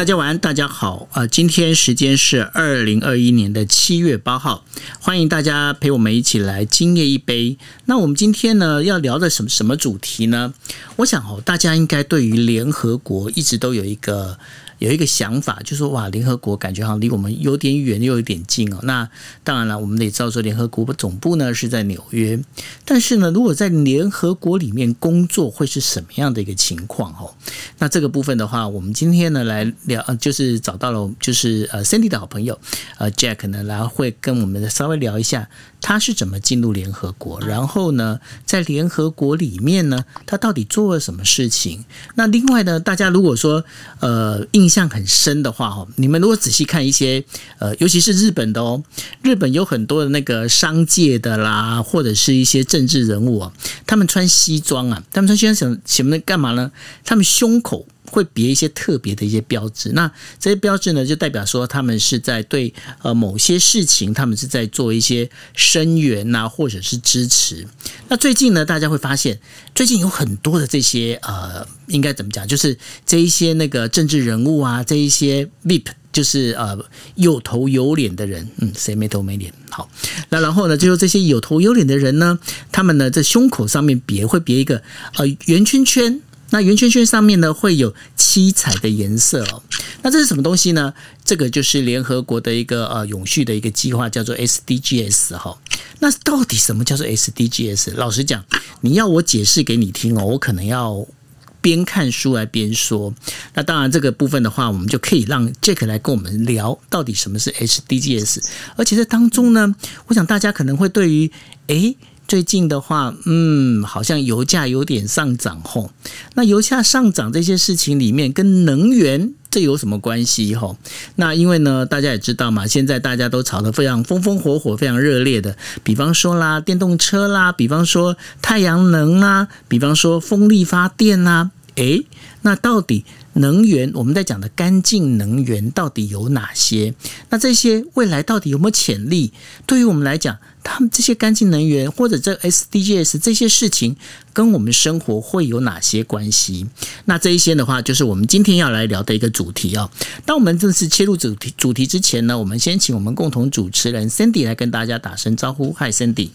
大家晚安，大家好今天时间是2021年的7月8号，欢迎大家陪我们一起来今夜一杯。那我们今天呢要聊的什么主题呢？我想大家应该对于联合国一直都有一个想法，就是说哇，联合国感觉好像离我们有点远又有点近哦。那当然了，我们得知道说联合国总部呢是在纽约，但是呢，如果在联合国里面工作会是什么样的一个情况哦？那这个部分的话，我们今天呢来聊，就是找到了就是Sandy 的好朋友Jack 呢，然后会跟我们稍微聊一下他是怎么进入联合国，然后呢，在联合国里面呢，他到底做了什么事情？那另外呢，大家如果说印象很深的话你们如果仔细看一些尤其是日本的日本有很多的那个商界的啦，或者是一些政治人物他们穿西装他们穿西装什么干嘛呢？他们胸口会别一些特别的一些标志，那这些标志呢，就代表说他们是在对某些事情，他们是在做一些声援或者是支持。那最近呢，大家会发现，最近有很多的这些应该怎么讲，就是这一些那个政治人物这一些 VIP。就是有头有脸的人，谁没头没脸？好，那然后呢，就这些有头有脸的人呢，他们呢在胸口上面会别一个圆圈圈，那圆圈圈上面呢会有七彩的颜色那这是什么东西呢？这个就是联合国的一个永续的一个计划，叫做 SDGs 那到底什么叫做 SDGs？ 老实讲，你要我解释给你听我可能要边看书来边说。那当然这个部分的话，我们就可以让 Jack 来跟我们聊到底什么是 SDGs。 而且在当中呢，我想大家可能会对于最近的话好像油价有点上涨那油价上涨这些事情里面跟能源这有什么关系那因为呢，大家也知道嘛，现在大家都炒得非常风风火火，非常热烈的，比方说啦电动车啦，比方说太阳能啦，比方说风力发电啦那到底能源我们在讲的干净能源到底有哪些？那这些未来到底有没有潜力？对于我们来讲，他们这些干净能源或者这 SDGs 这些事情跟我们生活会有哪些关系？那这一些的话，就是我们今天要来聊的一个主题当我们正式切入主题之前呢，我们先请我们共同主持人 Sandy 来跟大家打声招呼。嗨 Sandy。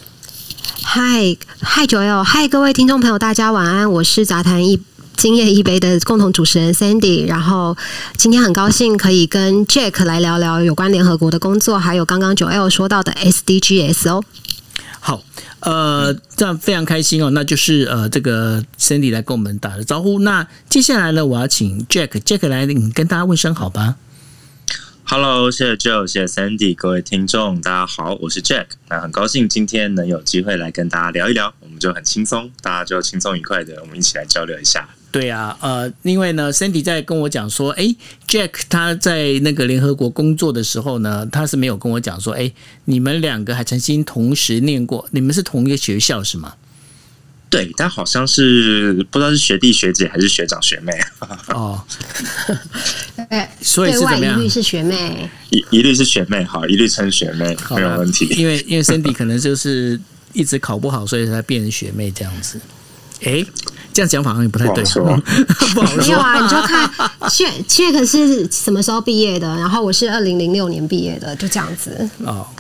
嗨九友，嗨各位听众朋友，大家晚安，我是杂谈今夜一杯的共同主持人 Sandy， 然后今天很高兴可以跟 Jack 来聊聊有关联合国的工作，还有刚刚9L 说到的 SDGs 好，这样非常开心那就是这个 Sandy 来跟我们打了招呼。那接下来呢，我要请 Jack 来跟大家问声好吧。 Hello， 谢谢 Joe， 谢谢 Sandy， 各位听众，大家好，我是 Jack。那很高兴今天能有机会来跟大家聊一聊，我们就很轻松，大家就轻松愉快的，我们一起来交流一下。 对因为呢 Sandy 在跟我讲说Jack 他在那个联合国工作的时候呢，他是没有跟我讲说你们两个还曾经同时念过，你们是同一个学校是吗？ 对，但好像是不知道是学弟学姐还是学长学妹所以是怎么样？ 对外一律是学妹， 一律是学妹，好，一律称学妹，没有问题。 因为 Sandy 可能就是一直考不好，所以才变成学妹这样子。这样讲法好像也不太对， 不好说。 没有你就看 Jack 是什么时候毕业的，然后我是2006年毕业的，就这样子。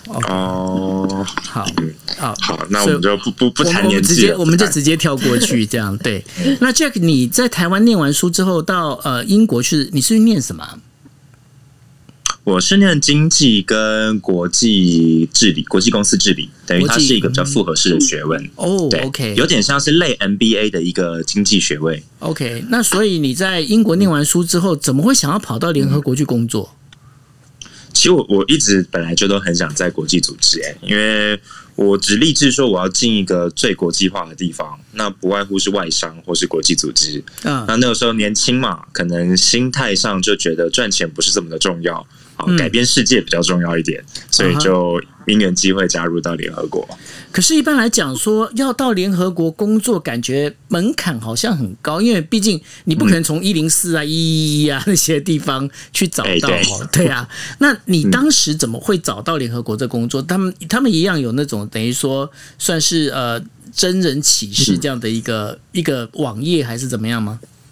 好， 那我们就不谈年纪了， 我们就直接跳过去，这样对。那 Jack 你在台湾念完书之后到英国去，你是念什么？ 我是念经济跟国际治理，国际公司治理，等于它是一个比较复合式的学问。对 OK， 有点像是类 MBA 的一个经济学位。 OK， 那所以你在英国念完书之后，怎么会想要跑到联合国去工作？ 其实我一直本来就都很想在国际组织因为我只立志说我要进一个最国际化的地方，那不外乎是外商或是国际组织。那个时候年轻嘛，可能心态上就觉得赚钱不是这么的重要，改变世界比较重要一点，所以就因缘机会加入到联合国。 可是，一般来讲说要到联合国工作，感觉门槛好像很高，因为毕竟你不可能从104、111那些地方去找到对啊。那你当时怎么会找到联合国这工作？他们一样有那种等于说算是真人启事这样的一个网页，还是怎么样吗？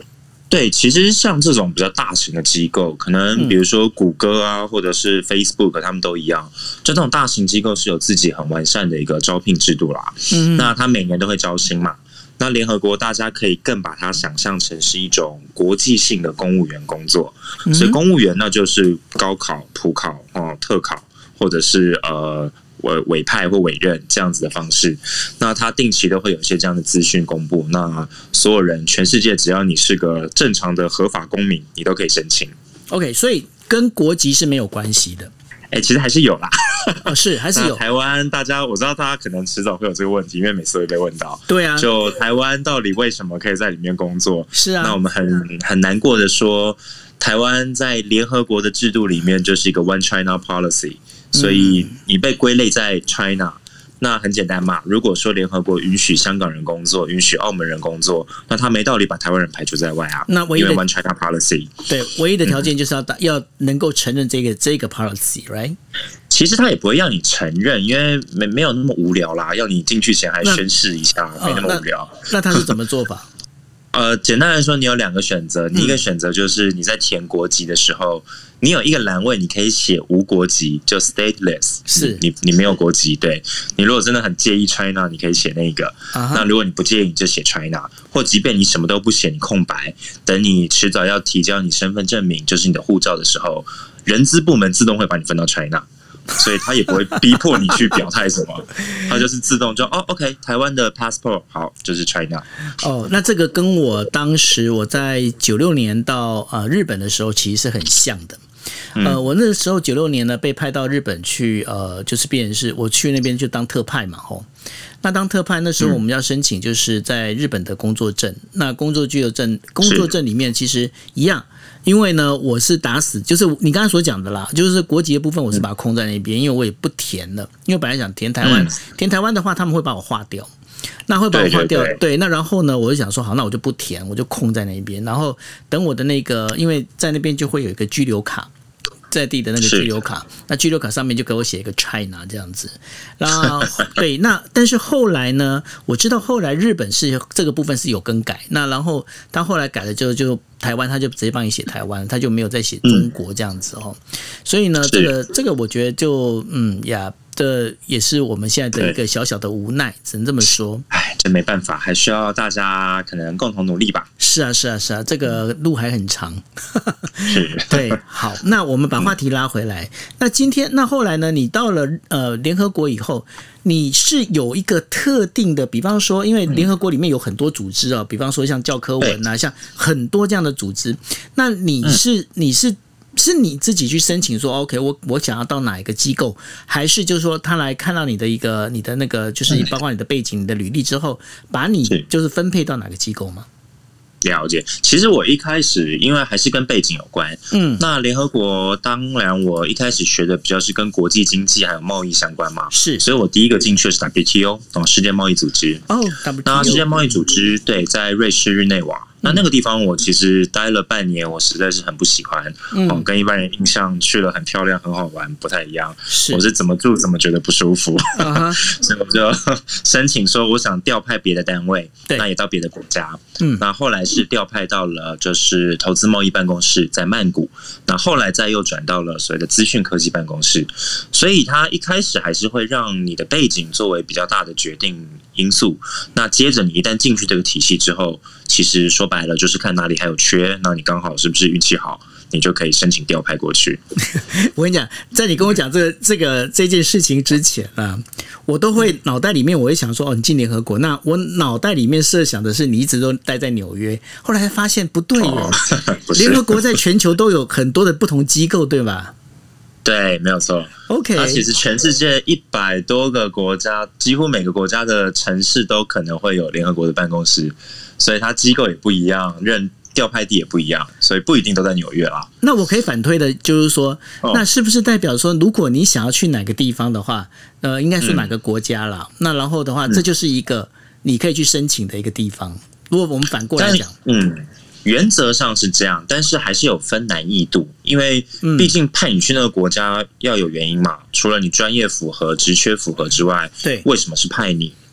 对，其实像这种比较大型的机构，可能比如说谷歌啊，或者是 Facebook， 他们都一样。就这种大型机构是有自己很完善的一个招聘制度啦。那他每年都会招新嘛。那联合国大家可以更把它想象成是一种国际性的公务员工作，所以公务员那就是高考、普考、特考，或者是委派或委任这样子的方式，那他定期都会有一些这样的资讯公布。那所有人，全世界只要你是个正常的合法公民，你都可以申请。 OK， 所以跟国籍是没有关系的。 其实还是有啦。 是还是有。 台湾我知道大家可能迟早会有这个问题，因为每次会被问到。 对啊， 就台湾到底为什么可以在里面工作？ 是啊， 那我们很难过的说，台湾在联合国的制度里面就是一个 One China Policy。所以你被归类在 China， 那很简单嘛。如果说联合国允许香港人工作，允许澳门人工作，那他没道理把台湾人排除在外啊。 那唯一的因为 One China Policy， 对，唯一的条件就是要能够承认这个 policy，right？ 其实他也不会让你承认，因为没有那么无聊啦。要你进去前还宣誓一下，没那么无聊。 那他是怎么做法？ 简单来说，你有2个选择。你一个选择就是你在填国籍的时候，你有一个栏位，你可以写无国籍，就 stateless， 是你没有国籍。对，你如果真的很介意 China， 你可以写那个。那如果你不介意，你就写 China， 或即便你什么都不写，你空白，等你迟早要提交你身份证明，就是你的护照的时候，人资部门自动会把你分到 China。所以他也不会逼迫你去表态什么，他就是自动就OK， 台湾的 passport 好，就是 China。 那这个跟我当时我在96年到日本的时候其实是很像的。我那时候96年呢被派到日本去，就是变成是我去那边就当特派嘛，那当特派那时候我们要申请就是在日本的工作证，那工作居留证、工作证里面其实一样。因为呢，我是打死，就是你刚才所讲的啦，就是国籍的部分，我是把它空在那边，因为我也不填了，因为本来想填台湾，填台湾的话，他们会把我划掉，那会把我划掉，对，那然后呢，我就想说，好，那我就不填，我就空在那边，然后等我的那个，因为在那边就会有一个居留卡。在地的那个居留卡，那居留卡上面就给我写一个 China 这样子，然后对，那但是后来呢，我知道后来日本是这个部分是有更改，那然后他后来改了就台湾，他就直接帮你写台湾，他就没有再写中国这样子所以呢，这个我觉得就这也是我们现在的一个小小的无奈，只能这么说。 这没办法，还需要大家可能共同努力吧。 是啊，这个路还很长。对，好，那我们把话题拉回来。那后来呢？你到了联合国以后，你是有一个特定的，比方说，因为联合国里面有很多组织比方说像教科文啊，像很多这样的组织。那你是你自己去申请说 OK， 我想要到哪一个机构，还是就是说他来看到你的那个就是包括你的背景、你的履历之后，把你就是分配到哪个机构吗？ 了解，其实我一开始因为还是跟背景有关，那联合国当然我一开始学的比较是跟国际经济还有贸易相关嘛， 是， 所以我第一个进去的是 WTO 世界贸易组织 WTO， 那世界贸易组织对，在瑞士日内瓦。那个地方我其实待了半年，我实在是很不喜欢，跟一般人印象去了很漂亮很好玩不太一样，我是怎么住怎么觉得不舒服，所以我就申请说我想调派别的单位，那也到别的国家，那后来是调派到了就是投资贸易办公室在曼谷，那后来再又转到了所谓的资讯科技办公室，所以他一开始还是会让你的背景作为比较大的决定因素，那接着你一旦进去这个体系之后，其实说白了就是看哪里还有缺，那你刚好是不是运气好，你就可以申请调派过去。 我跟你讲，在你跟我讲这件事情之前啊，我都会脑袋里面我会想说，你进联合国，那我脑袋里面设想的是你一直都待在纽约，后来才发现不对耶，联合国在全球都有很多的不同机构，对吧？ 对，没有错。 OK， 它其实全世界100多个国家，几乎每个国家的城市都可能会有联合国的办公室，所以它机构也不一样，调派地也不一样，所以不一定都在纽约啦。 那我可以反推的就是说，那是不是代表说，如果你想要去哪个地方的话，应该说哪个国家啦，那然后的话，这就是一个你可以去申请的一个地方。如果我们反过来讲， 原则上是这样，但是还是有分难易度，因为毕竟派你去那个国家要有原因嘛，除了你专业符合、职缺符合之外， 对， 为什么是派你？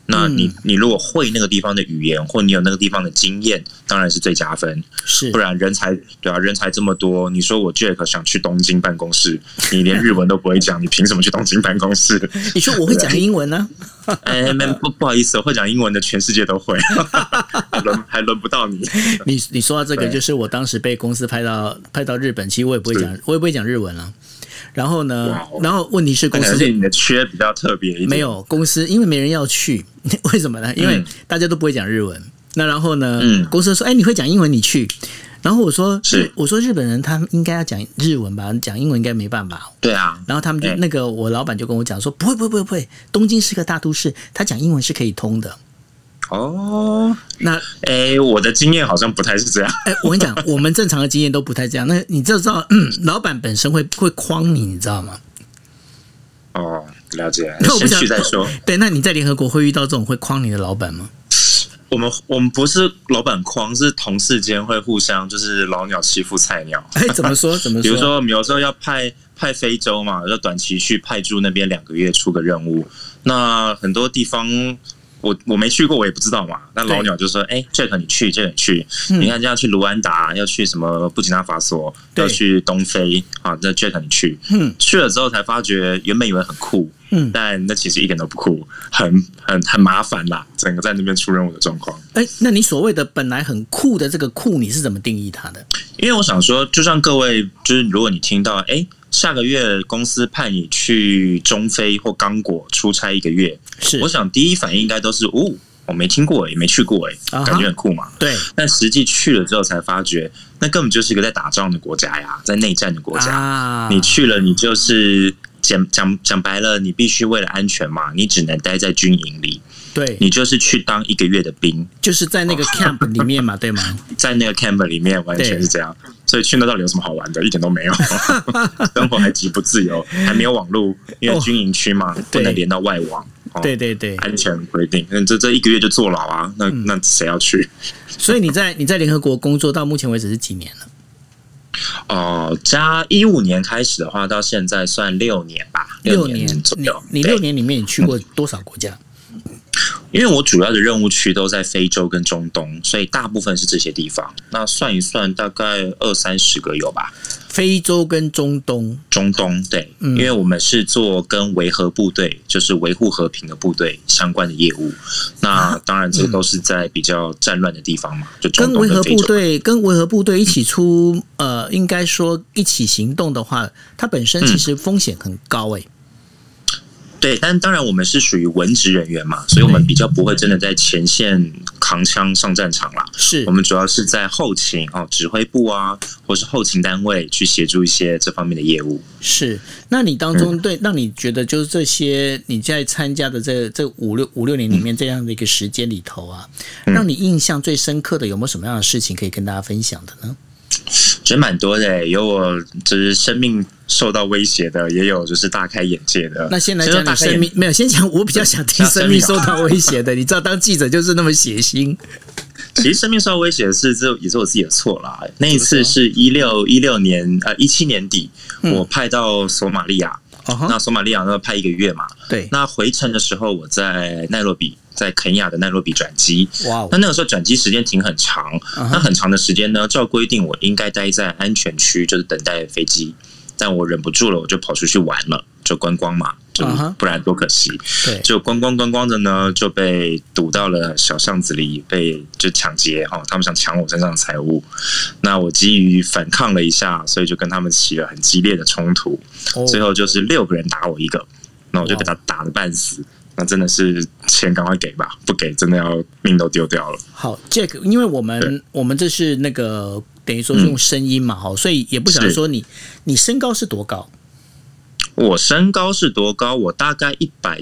那你如果会那个地方的语言，或你有那个地方的经验，当然是最加分。 是， 不然人才这么多，你说我 Jack 想去东京办公室，你连日文都不会讲，你凭什么去东京办公室？ 你说我会讲英文呢？ 不好意思，会讲英文的全世界都会，还轮不到你。 你说到这个，就是我当时被公司派到日本，其实我也不会讲日文了。然后呢？然后问题是公司你的缺比较特别一点。 没有公司，因为没人要去，为什么呢？因为大家都不会讲日文。那然后呢？公司说：“哎，你会讲英文，你去。”然后我说：“日本人他们应该要讲日文吧？讲英文应该没办法。” 对啊。 然后他们就那个我老板就跟我讲说：“不会，东京是个大都市，他讲英文是可以通的。” 哦， 那我的经验好像不太是这样。 我跟你讲，我们正常的经验都不太这样。那你就知道，老板本身会诓你，你知道吗？ 哦，了解。先去再说。 对，那你在联合国会遇到这种会诓你的老板吗？ 我们不是老板诓，是同事间会互相就是老鸟欺负菜鸟。 怎么说？ 比如说，有时候要派非洲嘛，要短期去派驻那边2个月出个任务，那很多地方。我没去过，我也不知道嘛。那老鸟就说：“Jack 你去，你看这样去卢安达，要去什么布吉纳法索，要去东非啊。那 Jack 你去，去了之后才发觉，原本以为很酷，但那其实一点都不酷，很麻烦啦。整个在那边出任务的状况。 那你所谓的本来很酷的这个酷，你是怎么定义它的？ 因为我想说，就像各位，就是如果你听到下个月公司派你去中非或刚果出差1个月，是我想第一反应应该都是我没听过也没去过感觉很酷嘛。 对， 但实际去了之后才发觉，那根本就是一个在打仗的国家呀，在内战的国家。你去了，你就是讲白了，你必须为了安全嘛，你只能待在军营里。 对， 你就是去当1个月的兵， 就是在那个 camp 里面嘛，对吗？ 在那个 camp 里面完全是这样，所以去那到底有什么好玩的？一点都没有，生活还极不自由，还没有网络，因为军营区嘛，不能连到外网。 对， 安全规定，这1个月就坐牢啊，那谁要去？ 所以你在联合国工作到目前为止是几年了？ 加15年开始的话，到现在算6年吧，6年左右。 你6年里面你去过多少国家？ 因为我主要的任务区都在非洲跟中东，所以大部分是这些地方。那算一算，大概20-30个有吧。 非洲跟中东， 对，因为我们是做跟维和部队，就是维护和平的部队相关的业务。那当然，这都是在比较战乱的地方嘛，就中东跟非洲。 跟维和部队一起出，应该说一起行动的话，它本身其实风险很高对，但当然我们是属于文职人员嘛，所以我们比较不会真的在前线扛枪上战场啦。 是我们主要是在后勤指挥部啊，或是后勤单位去协助一些这方面的业务。 是，那你当中让你觉得就是这些你在参加的这5-6年里面这样的一个时间里头啊，让你印象最深刻的有没有什么样的事情可以跟大家分享的呢？ 觉得蛮多的，有我就是生命受到威胁的，也有就是大开眼界的。 那先来讲你生命，没有先讲，我比较想听生命受到威胁的。你知道当记者就是那么血腥。 其实生命受到威胁的是，这也是我自己的错啦。那一次是17年底，我派到索马利亚。那索马利亚派1个月嘛， 对。 那回程的时候，我在奈洛比，在肯亚的奈洛比转机。哇！那个时候转机时间停很长，那很长的时间呢，照规定我应该待在安全区，就是等待飞机。但我忍不住了，我就跑出去玩了，就观光嘛，就不然多可惜。对，就观光着呢，就被堵到了小巷子里，被就抢劫他们想抢我身上的财物。那我基于反抗了一下，所以就跟他们起了很激烈的冲突。最后就是6个人打我1个，那我就被他打得半死。那真的是钱赶快给吧，不给真的要命都丢掉了。 好 ，Jack， 因为我们这是那个等于说是用声音嘛，所以也不想说你身高是多高？ 我身高是多高？我大概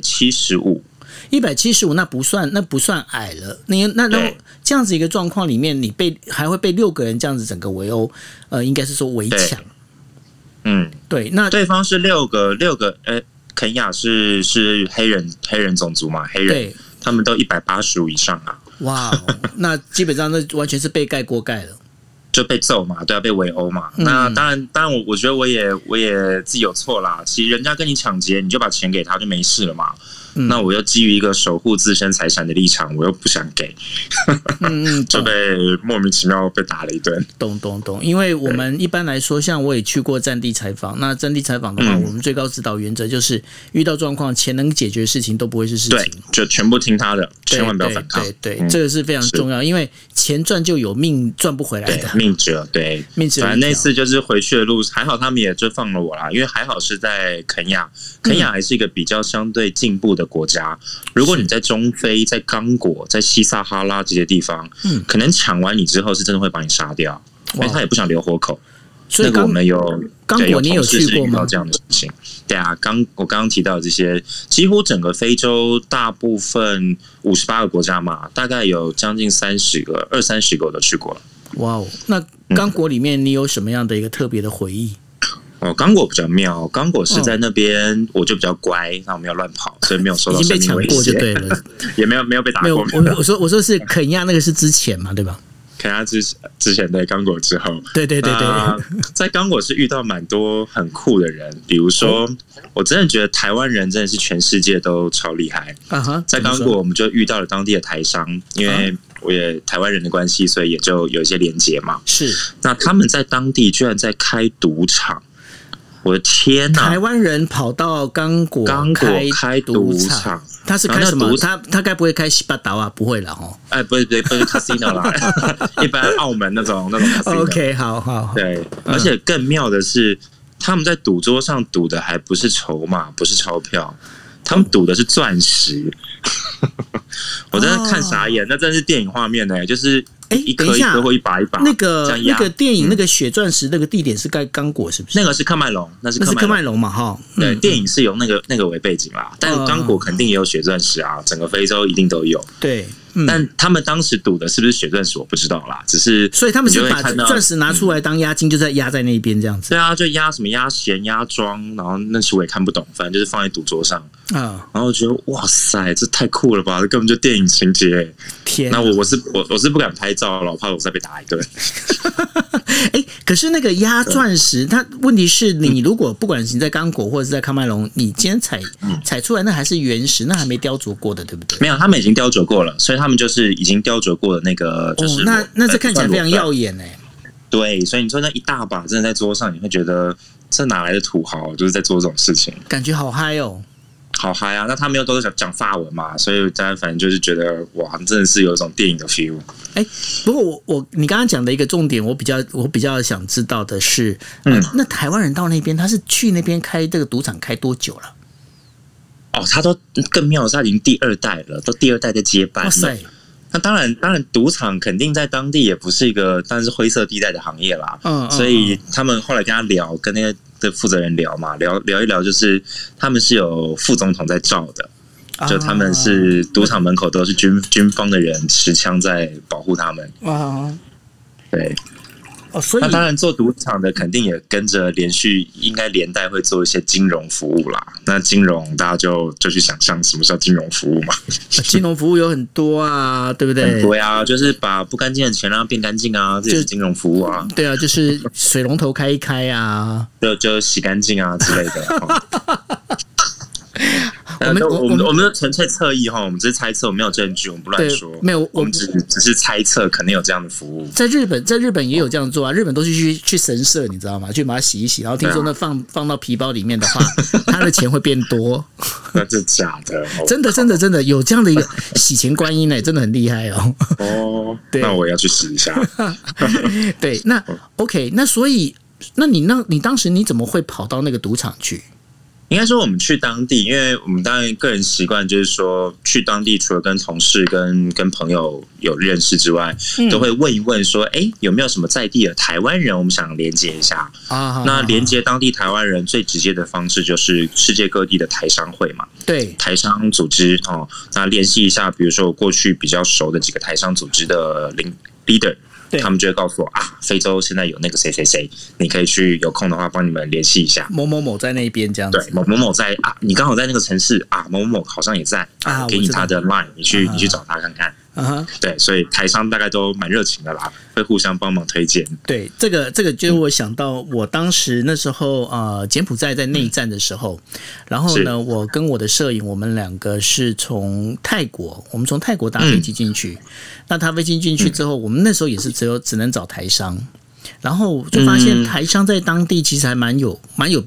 175， 那不算矮了。那这样子一个状况里面，你还会被6个人这样子整个围殴，应该是说围抢。对，那对方是六个，肯亚是黑人种族嘛，黑人他们都185以上啊。 哇，那基本上那完全是被盖锅盖了。 就被揍嘛，对啊，被围殴嘛。那当然，我觉得我也自己有错啦。其实人家跟你抢劫，你就把钱给他就没事了嘛。那我又基于一个守护自身财产的立场，我又不想给，就被莫名其妙被打了一顿。 懂。因为我们一般来说，像我也去过战地采访，那战地采访的话，我们最高指导原则就是遇到状况，钱能解决的事情都不会是事情， 对，就全部听他的，千万不要反抗。 对，这个是非常重要，因为钱赚就有，命赚不回来的， 命折，对， 命折。 反正那次就是回去的路，还好他们也就放了我啦，因为还好是在肯亚还是一个比较相对进步的国家。如果你在中非、在刚果、在西撒哈拉这些地方，可能抢完你之后是真的会把你杀掉，因为他也不想留活口。 所以那个我们刚果你有去过吗？ 这样的事情，对啊，我刚刚提到的这些，几乎整个非洲大部分58个国家嘛，大概有将近20-30个我都去过了。 哇哦，那刚果里面你有什么样的一个特别的回忆？ 刚果比较妙，刚果是在那边，我就比较乖，然后没有乱跑，所以没有受到生命威胁，已经被抢过就对了，也没有被打过。 我说是肯亚那个是之前嘛，对吧？ 肯亚之前的刚果之后， 对， 在刚果是遇到蛮多很酷的人，比如说，我真的觉得台湾人真的是全世界都超厉害。在刚果我们就遇到了当地的台商，因为我也台湾人的关系，所以也就有一些连结嘛。 是， 那他们在当地居然在开赌场。我的天哪！ 台湾人跑到刚果开赌场，他是开什么？他该不会开西巴岛啊？不会啦齁。 不是 casino 啦，一般澳门那种 casino。 OK， 好。 对，而且更妙的是，他们在赌桌上赌的还不是筹码，不是钞票，他们赌的是钻石。我真的看傻眼，那真是电影画面呢，就是一颗一颗或一把一把。 那个电影那个血钻石那个地点是在刚果是不是？ 那个是喀麦隆，那是喀麦隆嘛哈。 对，电影是由那个为背景啦，但刚果肯定也有血钻石啊，整个非洲一定都有。 对。 但他们当时赌的是不是血钻石我不知道啦，只是所以他们是把钻石拿出来当押金，就在压在那边这样子。 对啊，就压什么压弦、压桩，然后那时我也看不懂，反正就是放在赌桌上啊。然后我觉得哇塞，这太酷了吧！这根本就电影情节。 天， 那我是不敢拍照了，我怕我再被打一顿。 可是那个压钻石，它问题是你如果不管是你在刚果或者是在喀麦隆，你今天采出来那还是原石，那还没雕琢过的，对不对？ 没有，他们已经雕琢过了，所以他们就是已经雕琢过的那个，就是那这看起来非常耀眼哎。 对，所以你说那一大把真的在桌上，你会觉得这哪来的土豪，就是在做这种事情， 感觉好嗨哦。 好嗨啊！那他们又都是讲法文嘛，所以大家反正就是觉得哇，真的是有一种电影的 feel。 不过你刚刚讲的一个重点，我比较想知道的是，那台湾人到那边，他是去那边开这个赌场开多久了？ 他都更妙，他已经第2代了，都第2代在接班了。哇塞！那当然，赌场肯定在当地也不是一个，当然是灰色地带的行业啦。所以他们后来跟他聊，跟那个的负责人聊嘛，聊一聊，就是他们是有副总统在罩的，就他们是赌场门口都是军方的人持枪在保护他们。对。所以那当然做赌场的肯定也跟着应该连带会做一些金融服务啦。那金融大家就去想象什么叫金融服务嘛。 金融服务有很多啊，对不对？ 很多呀，就是把不干净的钱让它变干净啊，这也是金融服务啊。 对啊，就是水龙头开一开啊， 就洗干净啊之类的。我们纯粹侧翼哈，我们只是猜测，我们没有证据，我们不乱说。 没有， 我们只是猜测，可能有这样的服务。 在日本也有这样做啊，日本都是去神社，你知道吗？去把它洗一洗，然后听说那放到皮包里面的话，他的钱会变多。 那是假的？ 真的有这样的一个洗钱观音呢，真的很厉害哦。 对，那我要去洗一下。 对，那 OK， 那所以，那你当时你怎么会跑到那个赌场去？ 应该说我们去当地，因为我们当然个人习惯就是说，去当地除了跟同事跟朋友有认识之外，都会问一问说，有没有什么在地的台湾人，我们想连接一下。那连接当地台湾人最直接的方式就是世界各地的台商会嘛， 对， 台商组织那联系一下，比如说我过去比较熟的几个台商组织的leader。他们就会告诉我非洲现在有那个谁谁谁，你可以去有空的话帮你们联系一下。 某某某在那边这样子。 对，某某某在你刚好在那个城市某某某好像也在给你他的 line， 你去找他看看。 对，所以台商大概都蛮热情的啦，会互相帮忙推荐。 对，这个就是我想到我当时那时候柬埔寨在内战的时候，然后呢，我跟我的摄影，我们两个是从泰国搭飞机进去，那搭飞机进去之后，我们那时候也是只能找台商，然后就发现台商在当地其实还蛮有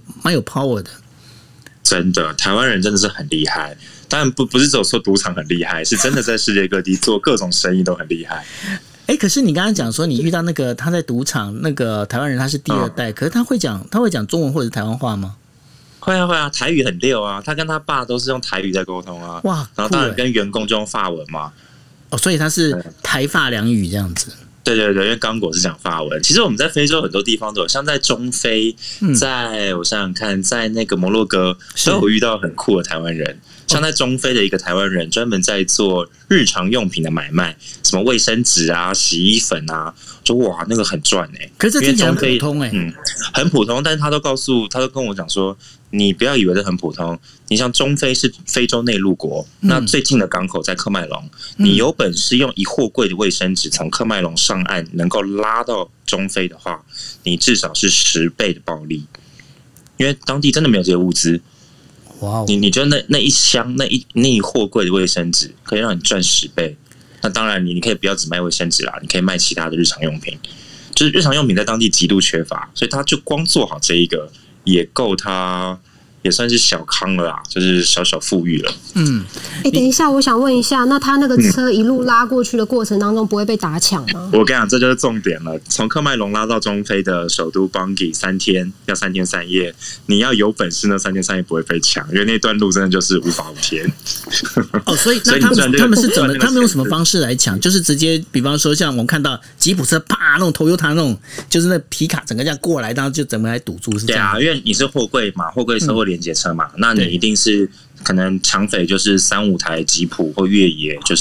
power 的。 真的，台湾人真的是很厉害。当然不是只有说赌场很厉害，是真的在世界各地做各种生意都很厉害。 可是你刚刚讲说你遇到那个他在赌场那个台湾人，他是第二代，可是他会讲中文或者台湾话吗？ 会啊，台语很溜啊，他跟他爸都是用台语在沟通啊。哇，然后当然跟员工就用法文嘛。 所以他是台法两语这样子。 对，因为刚果是讲法文。其实我们在非洲很多地方都有，像在中非，在我想想看，在那个摩洛哥都有遇到很酷的台湾人。像在中非的一个台湾人，专门在做日常用品的买卖，什么卫生纸啊、洗衣粉啊，就哇，那个很赚可是这听起来很普通很普通，但是他都跟我讲说，你不要以为这很普通。你像中非是非洲内陆国，那最近的港口在喀麦隆，你有本事用一货柜的卫生纸从喀麦隆上岸，能够拉到中非的话，你至少是10倍的暴利，因为当地真的没有这些物资。 Wow. 你觉得那一箱那一货柜的卫生纸可以让你赚10倍？那当然你可以不要只卖卫生纸啦，你可以卖其他的日常用品。就是日常用品在当地极度缺乏，所以他就光做好这一个也够他。也算是小康了啦，就是小富裕了。 等一下，我想问一下，那他那个车一路拉过去的过程当中，不会被打抢吗？ 我跟你讲，这就是重点了。从喀麦隆拉到中非的首都邦吉3天，要3天3夜。你要有本事，那3天3夜不会被抢，因为那段路真的就是无法无天。 所以那他们是怎么？他们用什么方式来抢？就是直接，比方说像我们看到吉普车啪那种Toyota那种，就是那皮卡整个这样过来，然后就整个来堵住，是这样。 对啊，因为你是货柜嘛，货柜车或连接车嘛，那你一定是可能抢匪就是3-5台吉普或越野，就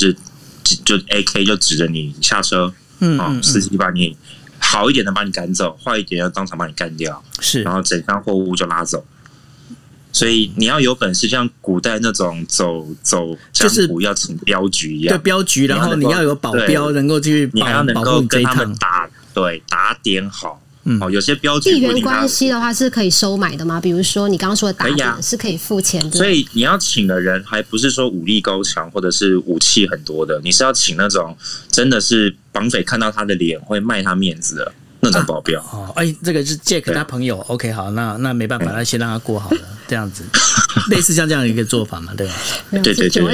AK 就指着你下车，司机把你好一点的把你赶走，坏一点要当场把你干掉， 是， 然后整箱货物就拉走。所以你要有本事，像古代那种走江湖要请镖局一样， 对镖局，然后你要有保镖能够去你还要能够跟他们打点好。有些标准地缘关系的话是可以收买的吗？比如说你刚刚说的打点是可以付钱的， 所以你要请的人还不是说武力高强或者是武器很多的，你是要请那种真的是绑匪看到他的脸会卖他面子的那种保镖。 这个是 Jack 他朋友 ，OK 好，那没办法，那先让他过好了，这样子，类似像这样一个做法嘛，对吧？ 对，就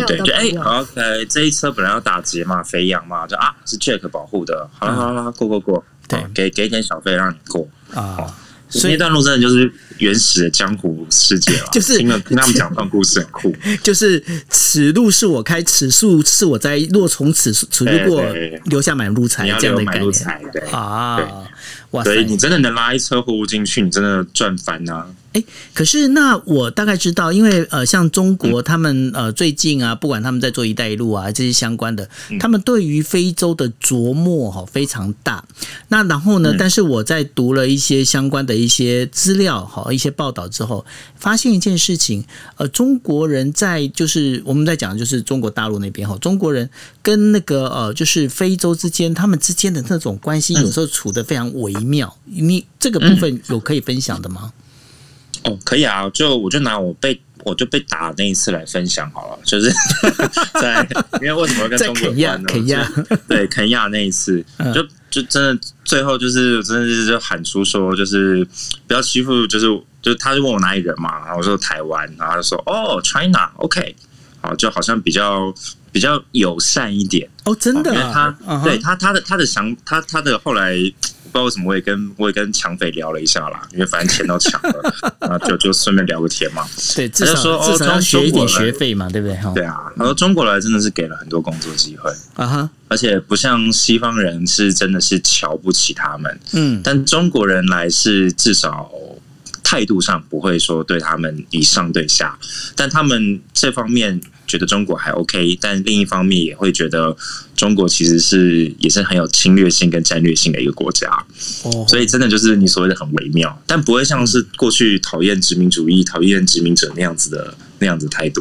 OK， 这一车本来要打劫嘛，肥羊嘛，是 Jack 保护的，好了，过。对，给一点小费让你过啊，所以那段路真的就是原始的江湖世界了。就是听他们讲这段故事很酷。就是此路是我开，此树是我栽，若从此路过，留下买路财这样的概念。 对啊，哇塞！所以你真的能拉一车货物进去，你真的赚翻啊！ 可是那我大概知道，因为像中国他们最近啊，不管他们在做一带一路啊这些相关的，他们对于非洲的琢磨非常大。那然后呢，但是我在读了一些相关的一些资料一些报道之后，发现一件事情，中国人在就是我们在讲就是中国大陆那边中国人跟那个就是非洲之间，他们之间的那种关系有时候处得非常微妙。你这个部分有可以分享的吗？ 可以啊，我就拿我就被打那一次来分享好了，就是因为为什么会跟中国有关呢？对，肯亚那一次，就真的最后就是真的是就喊出说，就是不要欺负，就是他就问我哪里人嘛，然后我说台湾，然后他就说China OK， 好，就好像比较友善一点真的， 因为对他的后来。不知道为什么我也跟抢匪聊了一下啦，因为反正钱都抢了，然后就顺便聊个天嘛。 对，至少要学一点学费嘛，对不对？ 对啊，他说中国来真的是给了很多工作机会而且不像西方人是真的是瞧不起他们，但中国人来是至少态度上不会说对他们以上对下，但他们这方面觉得中国还 OK， 但另一方面也会觉得中国其实也是很有侵略性跟战略性的一个国家，所以真的就是你所谓的很微妙，但不会像是过去讨厌殖民主义、讨厌殖民者那样子的态度啦。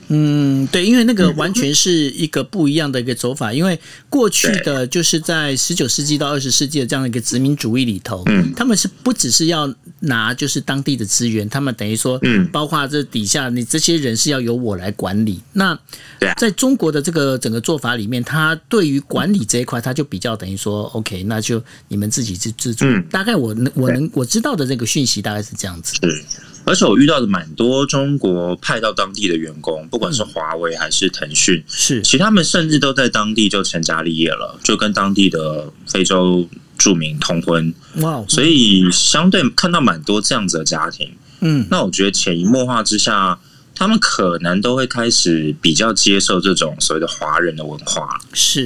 对，因为那个完全是一个不一样的一个走法，因为过去的就是在19世纪到20世纪的这样的一个殖民主义里头，他们是不只是要拿就是当地的资源，他们等于说，包括这底下你这些人是要由我来管理。那在中国的这个整个做法里面，他对于管理这一块，他就比较等于说 ，OK， 那就你们自己去自主。大概我知道的这个讯息大概是这样子。 而且我遇到的蛮多中国派到当地的员工，不管是华为还是腾讯，其实他们甚至都在当地就成家立业了，就跟当地的非洲住民通婚。所以相对看到蛮多这样子的家庭。那我觉得潜移默化之下，他们可能都会开始比较接受这种所谓的华人的文化。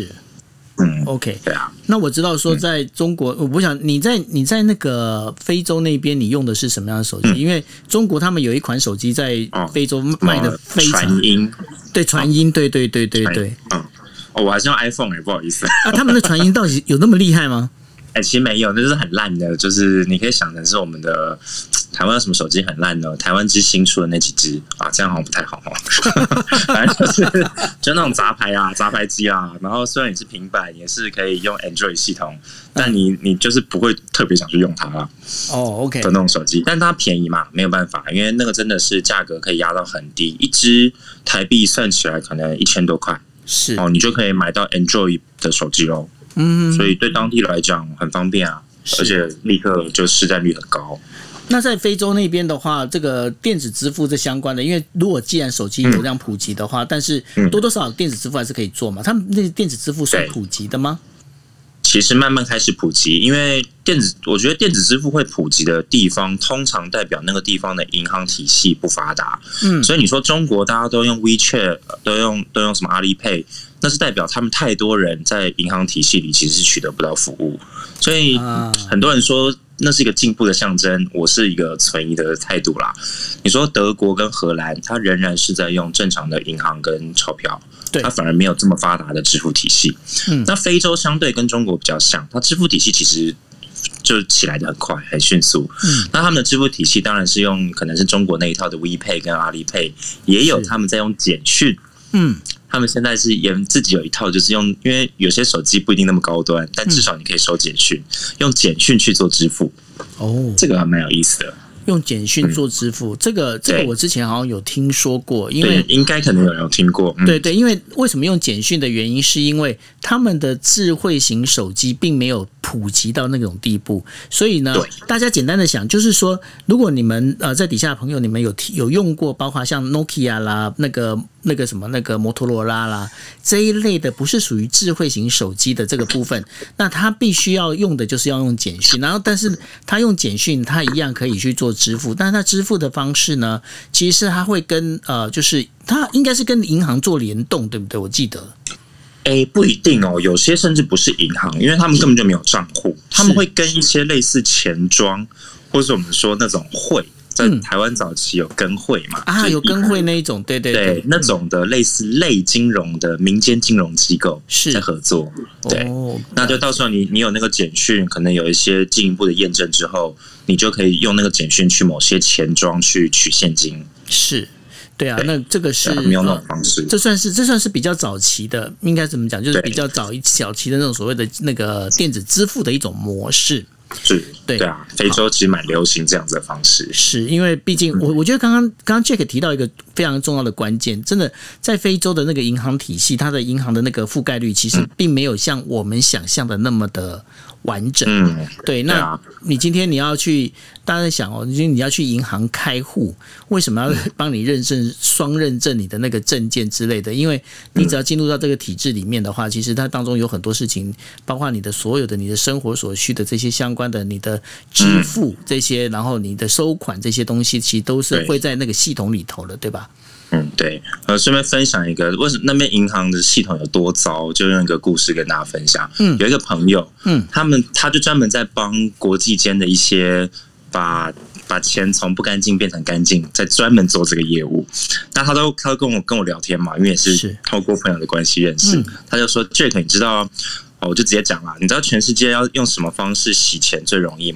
OK， 对啊。 那我知道说，在中国，我不想你在那个非洲那边，你用的是什么样的手机？因为中国他们有一款手机在非洲卖的非常传音， 对传音，对。 我还是用 iPhone 不好意思。 他们的传音到底有那么厉害吗？ 其实没有，那就是很烂的，就是你可以想成是我们的台湾有什么手机很烂呢？台湾之星出的那几只啊，这样好像不太好反正就那种杂牌机啊，然后虽然你是平板，也是可以用 Android 系统，但你就是不会特别想去用它啦。 OK 的那种手机，但它便宜嘛，没有办法，因为那个真的是价格可以压到很低，一只台币算起来可能1000多块，你就可以买到 Android 的手机咯。所以对当地来讲很方便啊，而且立刻就市占率很高。 那在非洲那边的话，这个电子支付这相关的，因为如果既然手机流量普及的话，但是多多少少电子支付还是可以做嘛。他们那电子支付算普及的吗？ 其实慢慢开始普及，因为我觉得电子支付会普及的地方，通常代表那个地方的银行体系不发达。所以你说中国大家都用 WeChat， 都用什么阿里 Pay， 那是代表他们太多人在银行体系里其实是取得不到服务。所以很多人说那是一个进步的象征，我是一个存疑的态度啦。你说德国跟荷兰，它仍然是在用正常的银行跟钞票，它反而没有这么发达的支付体系。那非洲相对跟中国比较像，它支付体系其实就起来的很快很迅速。那他们的支付体系当然是用可能是中国那一套的 WePay 跟阿里 Pay， 也有他们在用简讯。他们现在是自己有一套，就是因为有些手机不一定那么高端，但至少你可以收简讯，用简讯去做支付。这个还蛮有意思的。 用简讯做支付，这个我之前好像有听说过，因为应该可能有人有听过。 对，因为为什么用简讯的原因，是因为他们的智慧型手机并没有普及到那种地步，所以呢，大家简单的想，就是说，如果你们在底下的朋友，你们有用过，包括像 Nokia 啦，那个什么那个摩托罗拉啦这一类的，不是属于智慧型手机的这个部分，那他必须要用的就是要用简讯，然后但是他用简讯，他一样可以去做支付，但是他支付的方式呢，其实他会跟就是他应该是跟银行做联动，对不对？我记得。 不一定哦，有些甚至不是银行，因为他们根本就没有账户，他们会跟一些类似钱庄，或是我们说那种会。在台湾早期有跟会嘛？ 有跟会那一种，对， 那种的类似类金融的民间金融机构在合作。对，那就到时候你有那个简讯，可能有一些进一步的验证之后，你就可以用那个简讯去某些钱庄去取现金。 对啊，那这个是没有那种方式， 这算是比较早期的，应该怎么讲？就是比较早期的那种所谓的那个电子支付的一种模式。 对啊，非洲其实蛮流行这样子的方式， 是因为毕竟我觉得刚刚 Jack 提到一个非常重要的关键，真的在非洲的那个银行体系，它的银行的那个覆盖率其实并没有像我们想象的那么的完整。对，那你今天你要去，大家在想哦，你要去银行开户，为什么要帮你双认证你的那个证件之类的？因为你只要进入到这个体制里面的话，其实它当中有很多事情，包括你的所有的你的生活所需的这些相关的你的支付这些，然后你的收款这些东西，其实都是会在那个系统里头的，对吧？ 对，顺便分享一个，为什么那边银行的系统有多糟，就用一个故事跟大家分享。有一个朋友，他就专门在帮国际间的一些把钱从不干净变成干净，在专门做这个业务。那他都跟我聊天嘛，因为也是透过朋友的关系认识。他就说 ：“Jack， 你知道？”我就直接讲啦，你知道全世界要用什么方式洗钱最容易吗？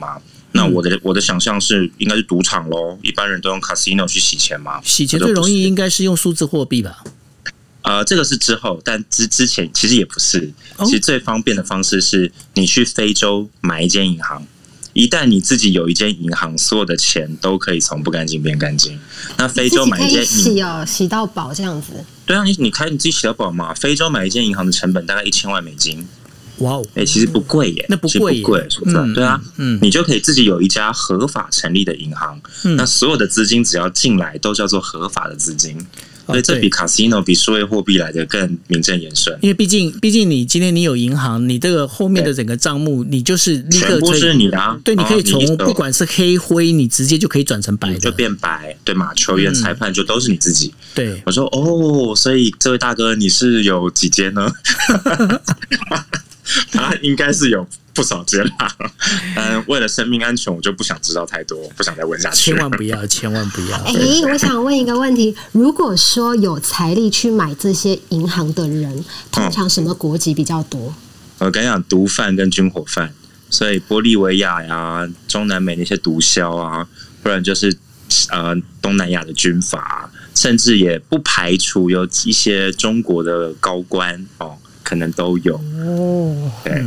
那我的想象是应该是赌场咯，一般人都用 casino 去洗钱嘛。 洗钱最容易应该是用数字货币吧？ 这个是之后，但之前其实也不是。其实最方便的方式是你去非洲买一间银行，一旦你自己有一间银行，所有的钱都可以从不干净变干净。那非洲买一间洗到饱这样子。对啊，你自己洗到饱嘛？非洲买一间银行的成本大概$1000万。 哇哦， 其实不贵耶， 那不贵， 说真的，对啊，你就可以自己有一家合法成立的银行，那所有的资金只要进来都叫做合法的资金。所以这比 casino 比数位货币来的更名正言顺， 因为毕竟你今天你有银行，你这个后面的整个账目，你就是立刻全部是你的啊。 对，你可以从不管是黑灰，你直接就可以转成白的， 就变白，对嘛？球员、裁判就都是你自己。 对， 我说哦，所以这位大哥你是有几间呢？他应该是有不少间啦，但为了生命安全，我就不想知道太多，不想再问下去。 千万不要，千万不要。 我想问一个问题：如果说有财力去买这些银行的人，通常什么国籍比较多？ 我跟你讲，毒贩跟军火贩，所以玻利维亚呀、中南美那些毒枭啊，不然就是东南亚的军阀，甚至也不排除有一些中国的高官哦。可能都有哦，对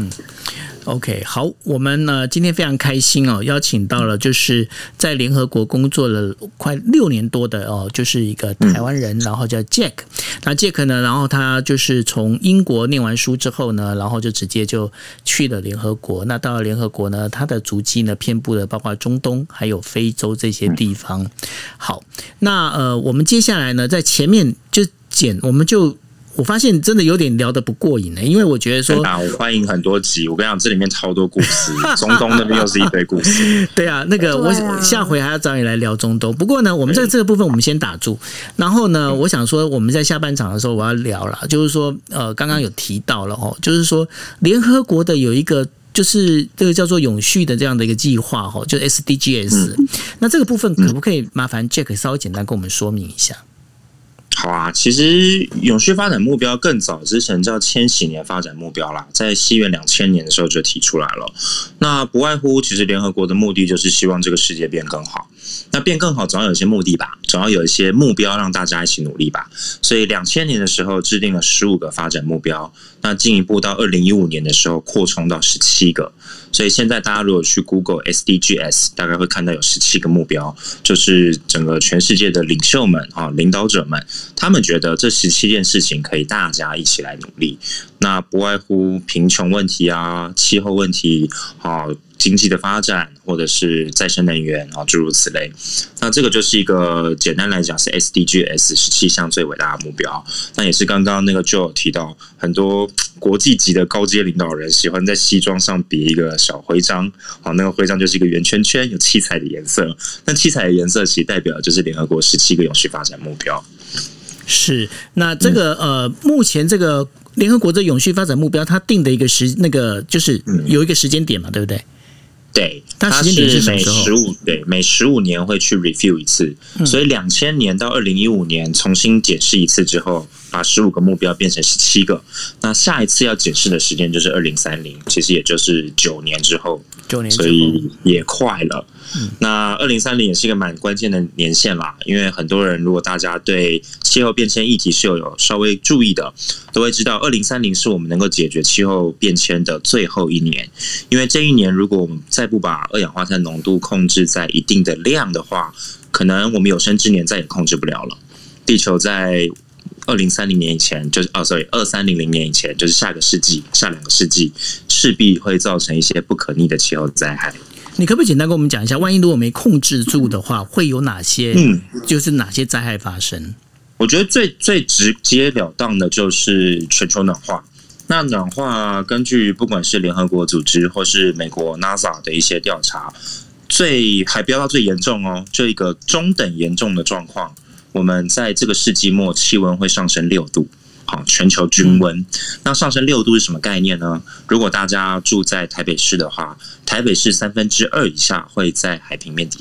，OK， 好，我们呢今天非常开心哦，邀请到了就是在联合国工作了快6年多的哦，就是一个台湾人，然后叫 Jack。那 Jack 呢，然后他就是从英国念完书之后呢，然后就直接就去了联合国。那到了联合国呢，他的足迹呢遍布了包括中东还有非洲这些地方。好，那我们接下来呢，在前面就我发现真的有点聊得不过瘾，因为我觉得说， 我欢迎很多集，我跟你讲，这里面超多故事，中东那边又是一堆故事。 对啊，我下回还要找你来聊中东。不过呢，我们这个部分我们先打住。然后呢，我想说我们在下半场的时候我要聊了，就是说刚刚有提到了哦，就是说联合国的有一个。就是这个叫做永续的这样的一个计划哈，就是 SDGs。那这个部分可不可以麻烦 Jack 稍微简单跟我们说明一下？ 好啊，其实永续发展目标更早之前叫千禧年发展目标啦，在西元2000年的时候就提出来了。那不外乎其实联合国的目的就是希望这个世界变更好。那变更好总要有一些目的吧，总要有一些目标让大家一起努力吧。所以2000年的时候制定了15个发展目标，那进一步到2015年的时候扩充到17个。所以现在大家如果去 Google SDGs， 大概会看到有17个目标，就是整个全世界的领袖们领导者们，他们觉得这17件事情可以大家一起来努力。那不外乎贫穷问题啊、气候问题经济的发展，或者是再生能源诸如此类。那这个就是一个简单来讲是 SDGs 17项最伟大的目标。那也是刚刚那个 Joe 提到，很多国际级的高阶领导人喜欢在西装上别一个小徽章，那个徽章就是一个圆圈圈，有七彩的颜色。那七彩的颜色其实代表的就是联合国17个永续发展目标。 是，那这个目前这个联合国的永续发展目标，它定的一个就是有一个时间点嘛，对不对？ 对， 它时间点是什么时候？ 每15年会去 review 一次，所以2000年到2015年重新检视一次之后，把15个目标变成17个。那下一次要检视的时间就是2030，其实也就是9年之后，所以也快了。那2030也是一个蛮关键的年限啦，因为很多人如果大家对气候变迁议题是有稍微注意的，都会知道2030是我们能够解决气候变迁的最后一年。因为这一年如果我们再不把二氧化碳浓度控制在一定的量的话，可能我们有生之年再也控制不了了。地球在2030年以前，就是2300年以前，就是下2个世纪，势必会造成一些不可逆的气候灾害。 你可不可以简单跟我们讲一下，万一如果没控制住的话，会有哪些就是哪些灾害发生？ 我觉得最直截了当的就是全球暖化。那暖化根据不管是联合国组织或是美国 NASA 的一些调查，还飙到最严重哦，就一个中等严重的状况，我们在这个世纪末气温会上升6度。全球均温，那上升6度是什么概念呢？如果大家住在台北市的话，台北市2/3以下会在海平面底下。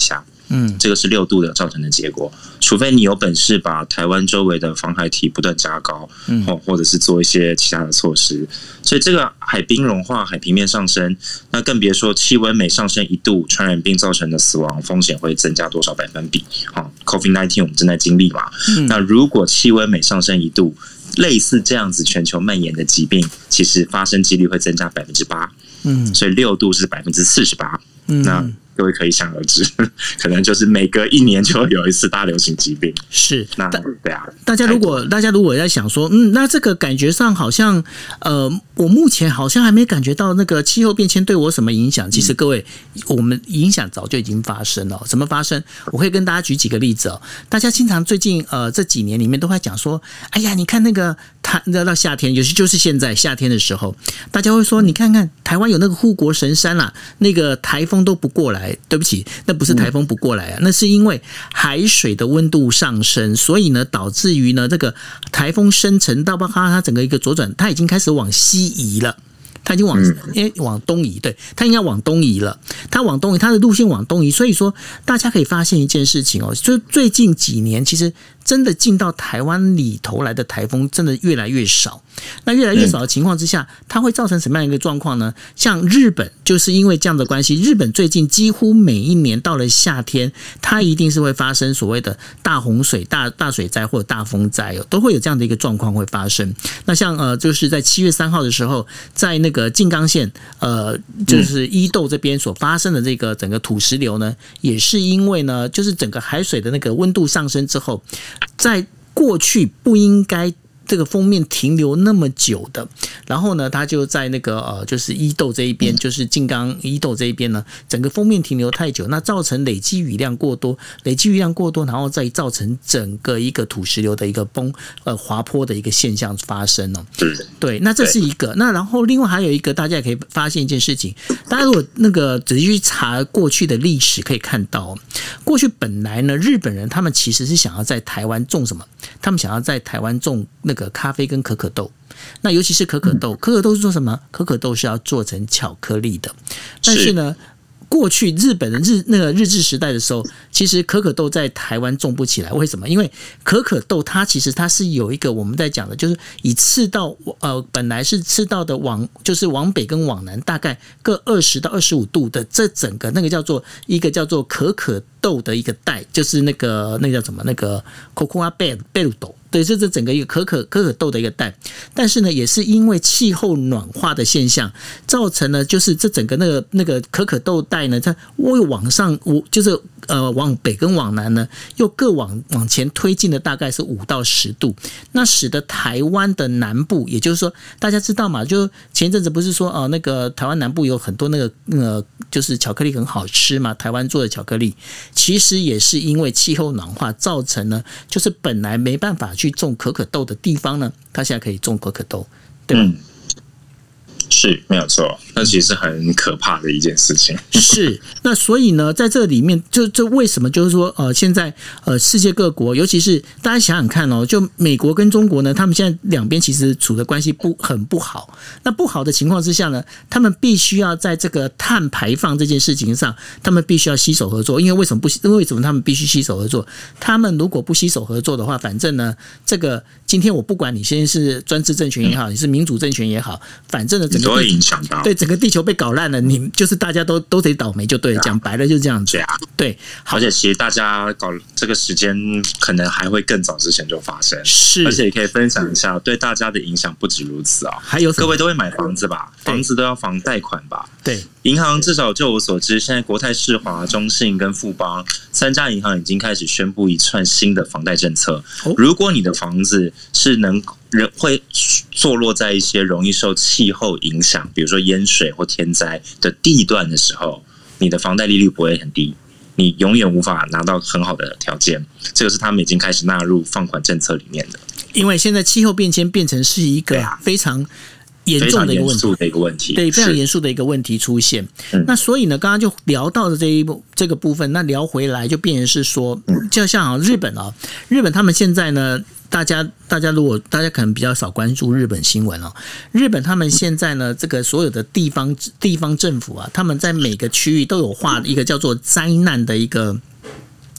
这个是6度的造成的结果。除非你有本事把台湾周围的防海体不断加高，或者是做一些其他的措施。所以这个海冰融化、海平面上升，那更别说气温每上升1度，传染病造成的死亡风险会增加多少%。COVID-19 我们正在经历嘛，那如果气温每上升1度，类似这样子全球蔓延的疾病，其实发生几率会增加8%。所以6度是48%。那各位可以想而知，可能就是每隔1年就会有一次大流行疾病。 是， 那对啊。 大家如果在想说，那这个感觉上好像，我目前好像还没感觉到那个气候变迁对我什么影响。其实各位，我们影响早就已经发生了。怎么发生？我可以跟大家举几个例子哦。大家经常最近这几年里面都会讲说，哎呀，你看那个到夏天，尤其就是现在夏天的时候，大家会说，你看看台湾有那个护国神山啦，那个台风都不过来。对不起，那不是台风不过来啊，那是因为海水的温度上升，所以呢导致于呢这个台风生成到包括它整个一个左转，它已经开始往西移了。它已经往东移，对，它应该往东移了。它往东移，它的路线往东移，所以说大家可以发现一件事情哦，就最近几年其实真的进到台湾里头来的台风真的越来越少。那越来越少的情况之下，它会造成什么样一个状况呢？像日本就是因为这样的关系，日本最近几乎每一年到了夏天，它一定是会发生所谓的大洪水、大水灾或者大风灾哦，都会有这样的一个状况会发生。那像就是在7月3号的时候，在那个静冈县就是伊豆这边所发生的这个整个土石流呢，也是因为呢，就是整个海水的那个温度上升之后，在过去不应该这个封面停留那么久的，然后呢，它就在那个就是伊豆这一边，就是静冈伊豆这一边呢，整个封面停留太久，那造成累积雨量过多，然后再造成整个一个土石流的一个滑坡的一个现象发生哦。对，那这是一个。那然后另外还有一个，大家也可以发现一件事情，大家如果那个仔细去查过去的历史，可以看到，过去本来呢，日本人他们其实是想要在台湾种什么？他们想要在台湾种那个咖啡跟可可豆，那尤其是可可豆是做什么？可可豆是要做成巧克力的，但是呢，过去日本的日治时代的时候，其实可可豆在台湾种不起来，为什么？因为可可豆它其实它是有一个我们在讲的，就是以赤道本来是赤道的就是往北跟往南大概各20到25度的这整个那个叫做一个叫做可可豆的一个带，就是那个叫什么那个 cocoa bed 豆。对，这整个一个可可豆的一个带，但是呢，也是因为气候暖化的现象，造成了就是这整个那个可可豆带呢，它又往上，就是往北跟往南呢，又各往前推进的大概是5到10度，那使得台湾的南部，也就是说，大家知道嘛，就前一阵子不是说那个台湾南部有很多那个就是巧克力很好吃嘛，台湾做的巧克力，其实也是因为气候暖化造成呢，就是本来没办法去种可可豆的地方呢，它现在可以种可可豆，对吧？ 是没有错，那其实是很可怕的一件事情。 是，那所以呢，在这里面，就为什么就是说，现在世界各国，尤其是大家想想看哦，就美国跟中国呢，他们现在两边其实处的关系很不好。那不好的情况之下呢，他们必须要在这个碳排放这件事情上，他们必须要携手合作。因为为什么他们必须携手合作？他们如果不携手合作的话，反正呢，这个今天我不管你现在是专制政权也好，你是民主政权也好，反正呢， 都会影响到， 对，整个地球被搞烂了，你就是大家都得倒霉就对了，讲白了就是这样子。对， 而且其实大家搞这个时间可能还会更早之前就发生， 是， 而且也可以分享一下，对大家的影响不止如此啊。 还有各位都会买房子吧？房子都要房贷款吧？ 对， 银行至少就我所知，现在国泰世华、中信跟富邦3家银行已经开始宣布一串新的房贷政策。如果你的房子是会坐落在一些容易受气候影响，比如说淹水或天灾的地段的时候，你的房贷利率不会很低，你永远无法拿到很好的条件。这个是他们已经开始纳入放款政策里面的。因为现在气候变迁变成是一个非常严重的一个问题，对，非常严肃的一个问题出现。那所以呢，刚刚就聊到的这个部分，那聊回来就变成是说，就像日本他们现在呢，大家可能比较少关注日本新闻哦。日本他们现在呢，这个所有的地方政府啊，他们在每个区域都有划一个叫做灾难的一个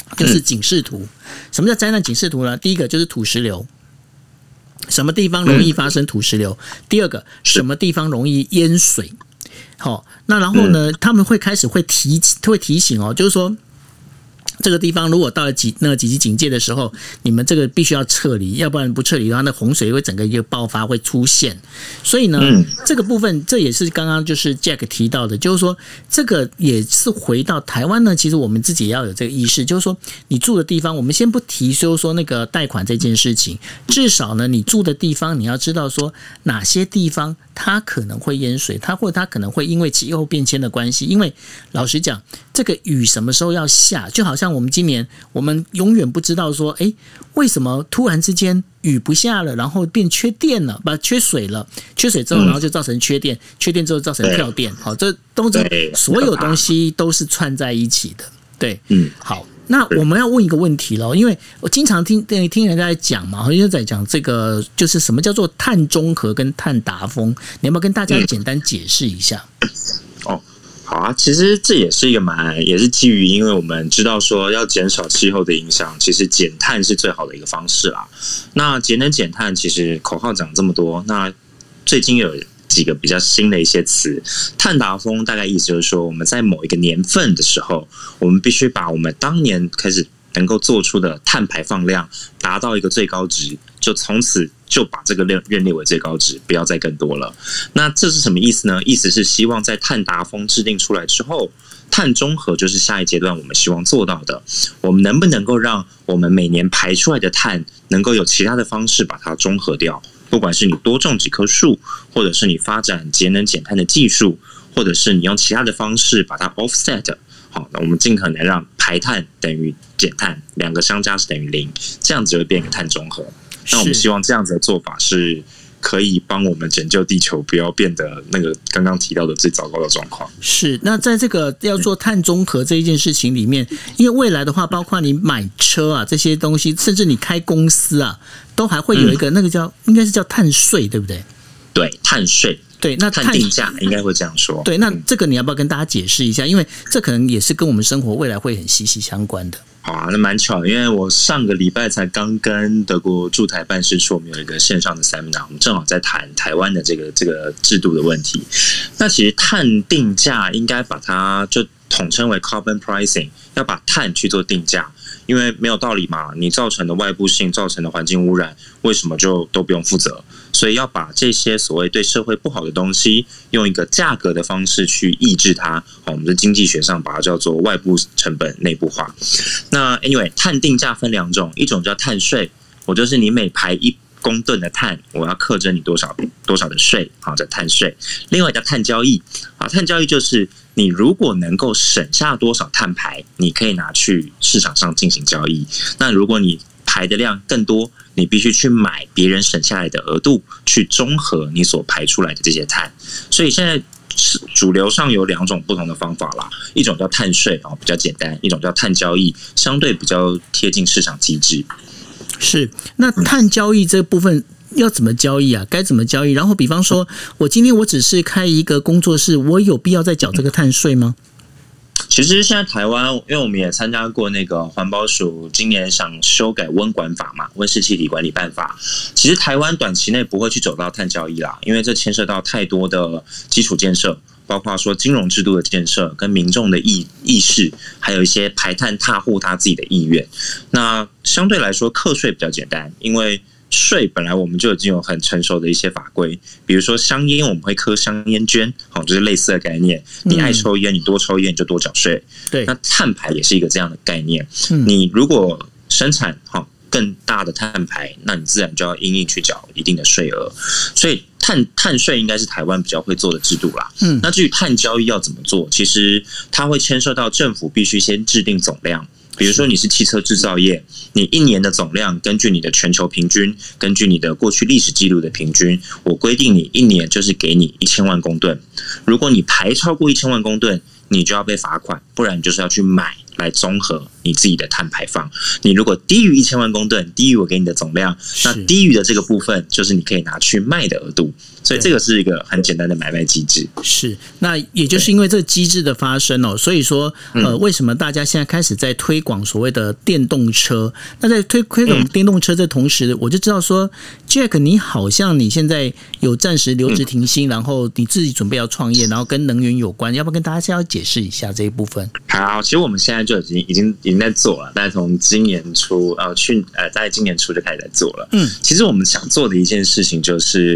就是警示图。什么叫灾难警示图呢？第一个就是土石流，什么地方容易发生土石流？第二个，什么地方容易淹水？好，那然后呢，他们会开始会提醒哦，就是说。这个地方如果到了几级警戒的时候，你们这个必须要撤离，要不然不撤离的话，那洪水会整个一个爆发会出现。所以呢，这个部分这也是刚刚就是 Jack 提到的，就是说这个也是回到台湾呢，其实我们自己也要有这个意识，就是说你住的地方，我们先不提就是说那个贷款这件事情，至少呢你住的地方你要知道说哪些地方它可能会淹水，它可能会因为气候变迁的关系，因为老实讲，这个雨什么时候要下，就好像我们今年我们永远不知道说，为什么突然之间雨不下了，然后变缺电了，缺水了，缺水之后，然后就造成缺电，缺电之后造成跳电，好，这都是所有东西都是串在一起的，对，好。那我们要问一个问题了，因为我经常听人家在讲嘛，好像在讲这个就是什么叫做碳中和跟碳达峰，你要不要跟大家简单解释一下？ 好啊，其实这也是一个也是基于，因为我们知道说要减少气候的影响，其实减碳是最好的一个方式啦。那节能减碳其实口号讲这么多，那最近有几个比较新的一些词，碳达峰大概意思就是说，我们在某一个年份的时候，我们必须把我们当年开始能够做出的碳排放量达到一个最高值，就从此就把这个认列为最高值，不要再更多了。那这是什么意思呢？意思是希望在碳达峰制定出来之后，碳中和就是下一阶段我们希望做到的。我们能不能够让我们每年排出来的碳能够有其他的方式把它中和掉？不管是你多种几棵树，或者是你发展节能减碳的技术，或者是你用其他的方式把它 offset。好，那我们尽可能让排碳等于减碳，两个相加是等于0，这样子就会变成碳中和。那我们希望这样子的做法是可以帮我们拯救地球，不要变得那个刚刚提到的最糟糕的状况。 是，那在这个要做碳中和这一件事情里面，因为未来的话，包括你买车啊这些东西，甚至你开公司啊，都还会有一个那个应该是叫碳税，对不对？ 对，碳税。对，那碳定价应该会这样说。 对，那这个你要不要跟大家解释一下？因为这可能也是跟我们生活未来会很息息相关的。 好啊，那蛮巧，因为我上个礼拜才刚跟德国驻台办事处我们有一个线上的 seminar， 我们正好在谈台湾的这个制度的问题。那其实碳定价应该把它就统称为 carbon pricing， 要把碳去做定价。因为没有道理嘛，你造成的外部性造成的环境污染，为什么就都不用负责？所以要把这些所谓对社会不好的东西，用一个价格的方式去抑制它。我们在经济学上把它叫做外部成本内部化。那 anyway， 碳定价分2种，一种叫碳税，我就是你每排1公吨的碳，我要课征你多少的税，好，叫碳税。另外叫碳交易，啊，碳交易就是你如果能够省下多少碳排，你可以拿去市场上进行交易。那如果你排的量更多，你必须去买别人省下来的额度，去中和你所排出来的这些碳。所以现在主流上有2种不同的方法啦，一种叫碳税，比较简单；一种叫碳交易，相对比较贴近市场机制。 是，那碳交易这部分要怎么交易啊？该怎么交易？然后比方说我今天我只是开一个工作室，我有必要再缴这个碳税吗？ 其实现在台湾，因为我们也参加过那个环保署今年想修改温管法嘛，温室气体管理办法。其实台湾短期内不会去走到碳交易啦，因为这牵涉到太多的基础建设，包括说金融制度的建设跟民众的意识，还有一些排碳踏户他自己的意愿。那相对来说课税比较简单，因为税本来我们就已经有很成熟的一些法规，比如说香烟我们会课香烟捐，就是类似的概念。你爱抽烟，你多抽烟你就多缴税。 对， 那碳排也是一个这样的概念。你如果生产更大的碳排，那你自然就要因应去缴一定的税额。所以碳税应该是台湾比较会做的制度啦。那至于碳交易要怎么做，其实它会牵涉到政府必须先制定总量。比如说你是汽车制造业，你1年的总量根据你的全球平均，根据你的过去历史记录的平均，我规定你1年就是给你1000万公吨。如果你排超过1000万公吨，你就要被罚款，不然你就是要去买来综合你自己的碳排放。你如果低于1000万公吨，低于我给你的总量，那低于的这个部分就是你可以拿去卖的额度。所以这个是一个很简单的买卖机制。 是，那也就是因为这个机制的发生哦，所以说为什么大家现在开始在推广所谓的电动车？那在推广电动车的同时，我就知道说 ，Jack， 你好像你现在有暂时留职停薪，然后你自己准备要创业，然后跟能源有关，要不要跟大家先要解释一下这一部分？ 好，其实我们现在就已经在做了，但是从今年初在今年初就开始在做了。其实我们想做的一件事情就是，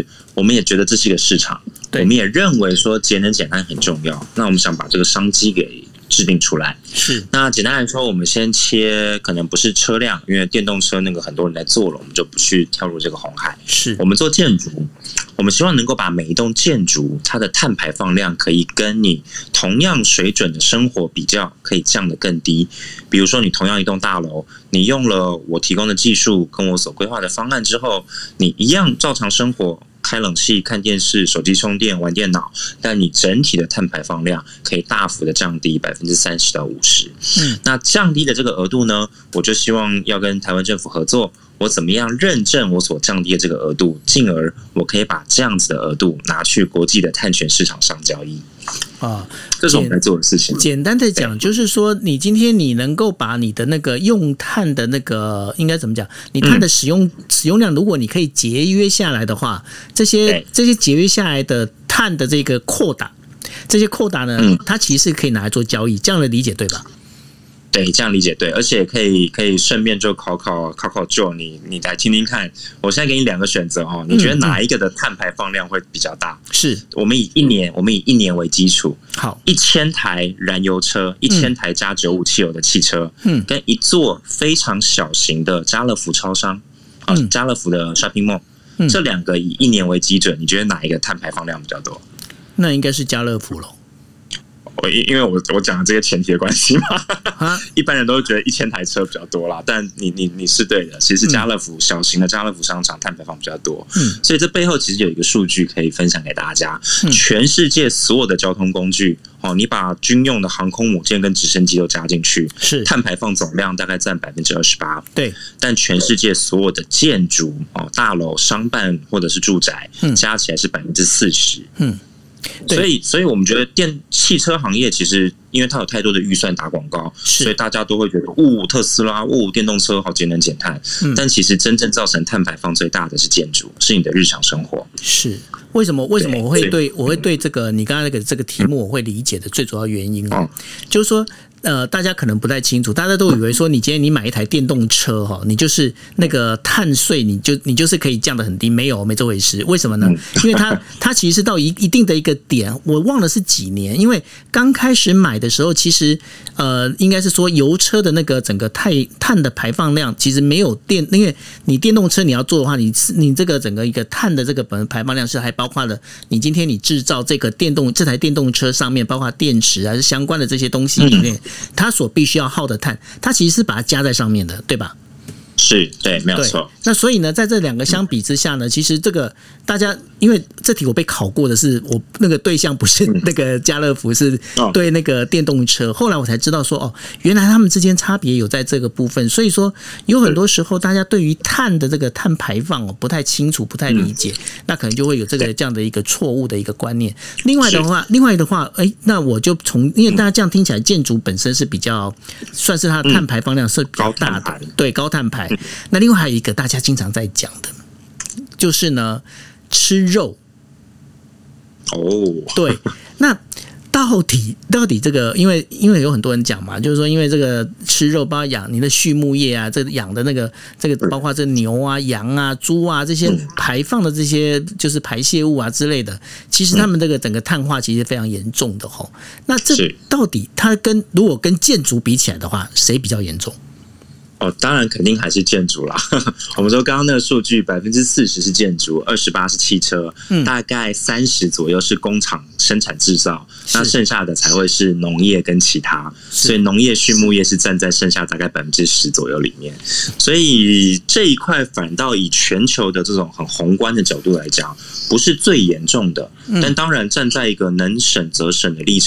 我们也觉得这是一个市场，我们也认为说节能减碳很重要，那我们想把这个商机给制定出来。 是， 那简单来说，我们先切可能不是车辆，因为电动车那个很多人在做了，我们就不去跳入这个红海。 是， 我们做建筑，我们希望能够把每一栋建筑它的碳排放量可以跟你同样水准的生活比较，可以降得更低。比如说，你同样一栋大楼，你用了我提供的技术跟我所规划的方案之后，你一样照常生活。开冷气、看电视、手机充电、玩电脑，但你整体的碳排放量可以大幅的降低30%到50%。那降低的这个额度呢，我就希望要跟台湾政府合作，我怎么样认证我所降低的这个额度，进而我可以把这样子的额度拿去国际的碳权市场上交易。这是我们在做的事情。 简单的讲，就是说，你今天你能够把你的那个用碳的那个应该怎么讲？你碳的使用量，如果你可以节约下来的话，这些节约下来的碳的这个扩大，这些扩大呢，它其实是可以拿来做交易，这样的理解对吧？ 对，这样理解对，而且可以顺便就考 Joe， 你来听听看。我现在给你2个选择哦，你觉得哪一个的碳排放量会比较大？ 是我们以一年为基础， 好 ，1000台燃油车，1000台加95汽油的汽车，跟一座非常小型的家乐福超商，家乐福的 shopping mall，这2个以1年为基准，你觉得哪一个碳排放量比较多？ 那应该是家乐福咯。 因为我讲的这个前提的关系嘛，一般人都会觉得1000台车比较多啦，但你是对的，其实家乐福小型的家乐福商场碳排放比较多，所以这背后其实有一个数据可以分享给大家，全世界所有的交通工具，你把军用的航空母舰跟直升机都加进去， 是碳排放总量大概占28%， 对，但全世界所有的建筑大楼、商办或者是住宅，加起来是40%，所以我们觉得汽车行业其实因为它有太多的预算打广告，所以大家都会觉得特斯拉电动车好节能减碳，但其实真正造成碳排放最大的是建筑，是你的日常生活。 是为什么我会对这个你刚才这个题目我会理解的最主要原因就是说。大家可能不太清楚，大家都以为说你今天你买一台电动车哈，你就是那个碳税，你就是可以降得很低，没这回事。为什么呢？因为它其实是到一定的一个点，我忘了是几年，因为刚开始买的时候，其实应该是说油车的那个整个碳的排放量其实没有因为你电动车你要做的话，你这个整个一个碳的这个排放量是还包括了你今天你制造这台电动车上面包括电池还是相关的这些东西里面。它所必须要耗的碳，它其实是把它加在上面的，对吧？ 是，对，没有错。 那所以呢，在这2个相比之下呢，其实这个大家，因为这题我被考过的是我那个对象不是那个家乐福，是对那个电动车。后来我才知道说，原来他们之间差别有在这个部分。所以说，有很多时候大家对于碳的这个碳排放不太清楚、不太理解，那可能就会有这样的一个错误的一个观念。另外的话，那我就因为大家这样听起来，建筑本身是比较算是它的碳排放量是比较大的，对，高碳排。那另外还有一个大家经常在讲的，就是呢，吃肉。对，那到底这个，因为有很多人讲嘛，就是说因为这个吃肉，包括养你的畜牧业啊，这个养的这个包括这牛啊、羊啊、猪啊这些排放的这些就是排泄物啊之类的，其实他们这个整个碳化其实非常严重的吼。那这到底它如果跟建筑比起来的话，谁比较严重？ 当然肯定还是建筑啦。我们说刚刚那个数据，40%是建筑，28%是汽车，大概30%左右是工厂生产制造，那剩下的才会是农业跟其他。所以农业、畜牧业是站在剩下大概10%左右里面。所以这一块反倒以全球的这种很宏观的角度来讲，不是最严重的。但当然站在一个能省则省的立场，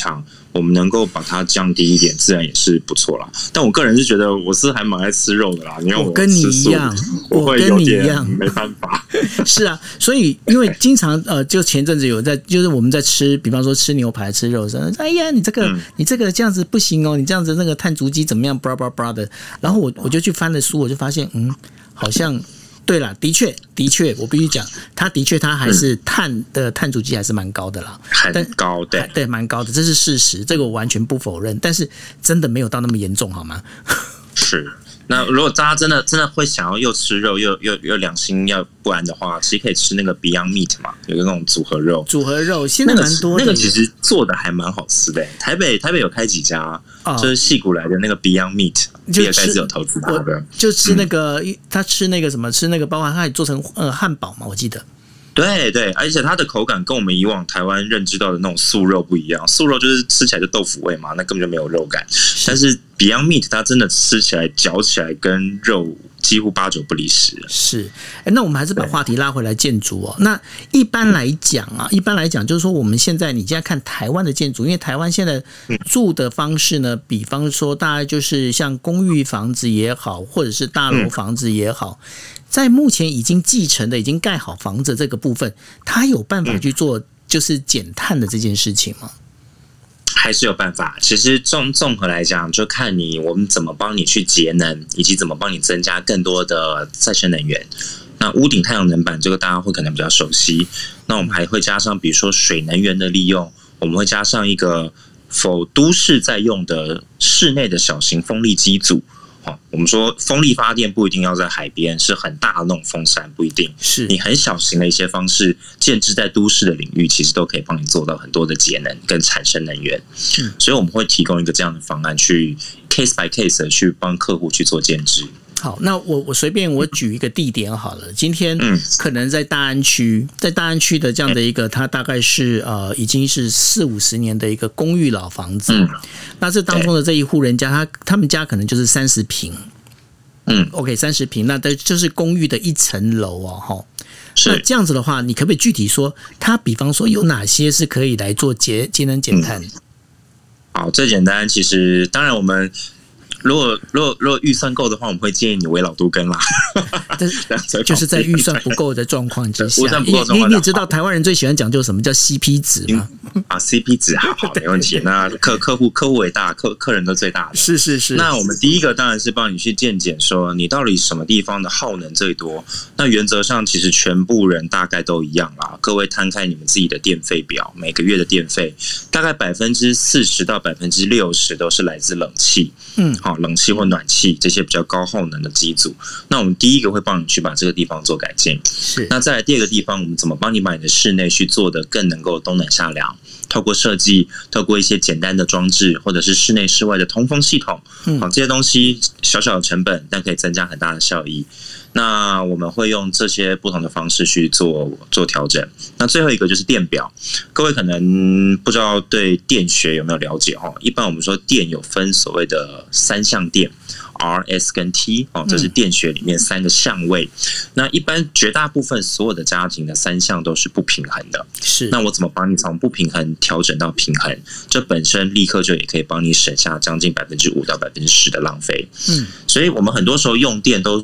我们能够把它降低一点，自然也是不错啦。但我个人是觉得我是还蛮爱吃肉的啦，因为我跟你一样， 我会有点没办法。 是啊，所以因为经常就前阵子有在，就是我们在吃，比方说吃牛排、吃肉的时候，哎呀，你这个这样子不行哦，你这样子那个碳足迹怎么样？blah blah blah的。然后我就去翻了书，我就发现，好像。对啦，的确，我必须讲，它还是碳足迹还是蛮高的啦， 很高， 对，蛮高的，这是事实，这个我完全不否认。但是真的没有到那么严重，好吗？ 是。那如果大家真的会想要又吃肉又良心要不安的话，其实可以吃那个 Beyond Meat 嘛，有个那种组合肉现在蛮多的，那个其实做的还蛮好吃的。台北有开几家，就是矽谷来的那个 Beyond Meat， 比尔盖茨有投资他的， 就吃那个他吃那个什么，吃那个包括他也做成汉堡嘛，我记得。 对，而且它的口感跟我们以往台湾认知到的那种素肉不一样，素肉就是吃起来就豆腐味嘛，那根本就没有肉感。但是 Beyond Meat 它真的吃起来、嚼起来跟肉几乎8-9不离10。 是，那我们还是把话题拉回来建筑哦。那一般来讲就是说，你现在看台湾的建筑，因为台湾现在住的方式呢，比方说大概就是像公寓房子也好，或者是大楼房子也好。在目前已经继承的、已经盖好房子这个部分，它有办法去做就是减碳的这件事情吗？ 还是有办法。其实综合来讲，就看我们怎么帮你去节能，以及怎么帮你增加更多的再生能源。那屋顶太阳能板这个大家会可能比较熟悉。那我们还会加上，比如说水能源的利用，我们会加上一个否都市在用的室内的小型风力机组。我们说风力发电不一定要在海边，是很大的那种风扇，不一定是你很小型的一些方式建置在都市的领域，其实都可以帮你做到很多的节能跟产生能源。所以我们会提供一个这样的方案，去 case by case 的去帮客户去做建置。 好，那我随便举一个地点好了。今天可能在大安区的这样的一个，它大概是已经是40-50年的一个公寓老房子。那这当中的这一户人家，他们家可能就是30坪。OK， 30坪，那就是公寓的1层楼哦，那这样子的话，你可不可以具体说，它比方说有哪些是可以来做节能减碳？ 好，最简单，其实当然我们。如果预算够的话，我们会建议你围老都更啦。 就是在预算不够的状况之下，你也知道台湾人最喜欢讲究什么叫 CP 值吗 ？CP 值好，没问题。那客户为大，客人都最大的。 是。 那我们第一个当然是帮你去鉴检，说你到底什么地方的耗能最多。那原则上其实全部人大概都一样啦。各位摊开你们自己的电费表，每个月的电费大概40%到60%都是来自冷气。冷气或暖气这些比较高耗能的机组，那我们第一个会帮你去把这个地方做改进。那再来第二个地方，我们怎么帮你把你的室内去做的更能够冬暖夏凉？透过设计，透过一些简单的装置，或者是室内室外的通风系统，这些东西小小的成本，但可以增加很大的效益。那我们会用这些不同的方式去做调整。那最后一个就是电表，各位可能不知道对电学有没有了解哈？一般我们说电有分所谓的3项电 ，R、S 跟 T 这是电学里面3个相位。那一般绝大部分所有的家庭的3项都是不平衡的。那我怎么帮你从不平衡调整到平衡？这本身立刻就也可以帮你省下将近5%到10%的浪费。所以我们很多时候用电都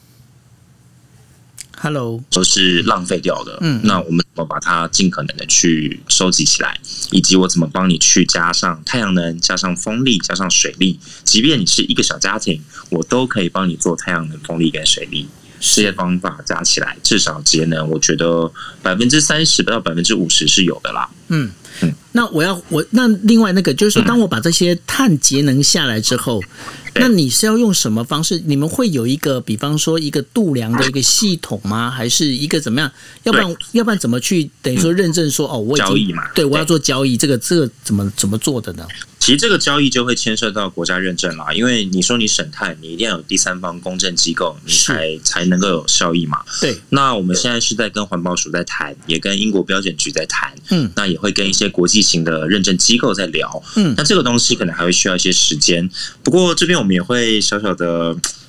是浪费掉的。那我们怎么把它尽可能的去收集起来，以及我怎么帮你去加上太阳能、加上风力、加上水力，即便你是一个小家庭，我都可以帮你做太阳能、风力跟水力。这些方法加起来，至少节能，我觉得30%到50%是有的啦。 那另外那个就是说，当我把这些碳节能下来之后，那你是要用什么方式？你们会有一个，比方说一个度量的一个系统吗？还是一个怎么样？要不然怎么去等于说认证说我已经交易嘛？对，我要做交易，这个怎么做的呢？ 其实这个交易就会牵涉到国家认证啦，因为你说你省碳，你一定要有第三方公证机构，你才能够有效益嘛。 对。 那我们现在是在跟环保署在谈，也跟英国标准局在谈，那也会跟一些国际型的认证机构在聊。那这个东西可能还会需要一些时间，不过这边我们也会小小的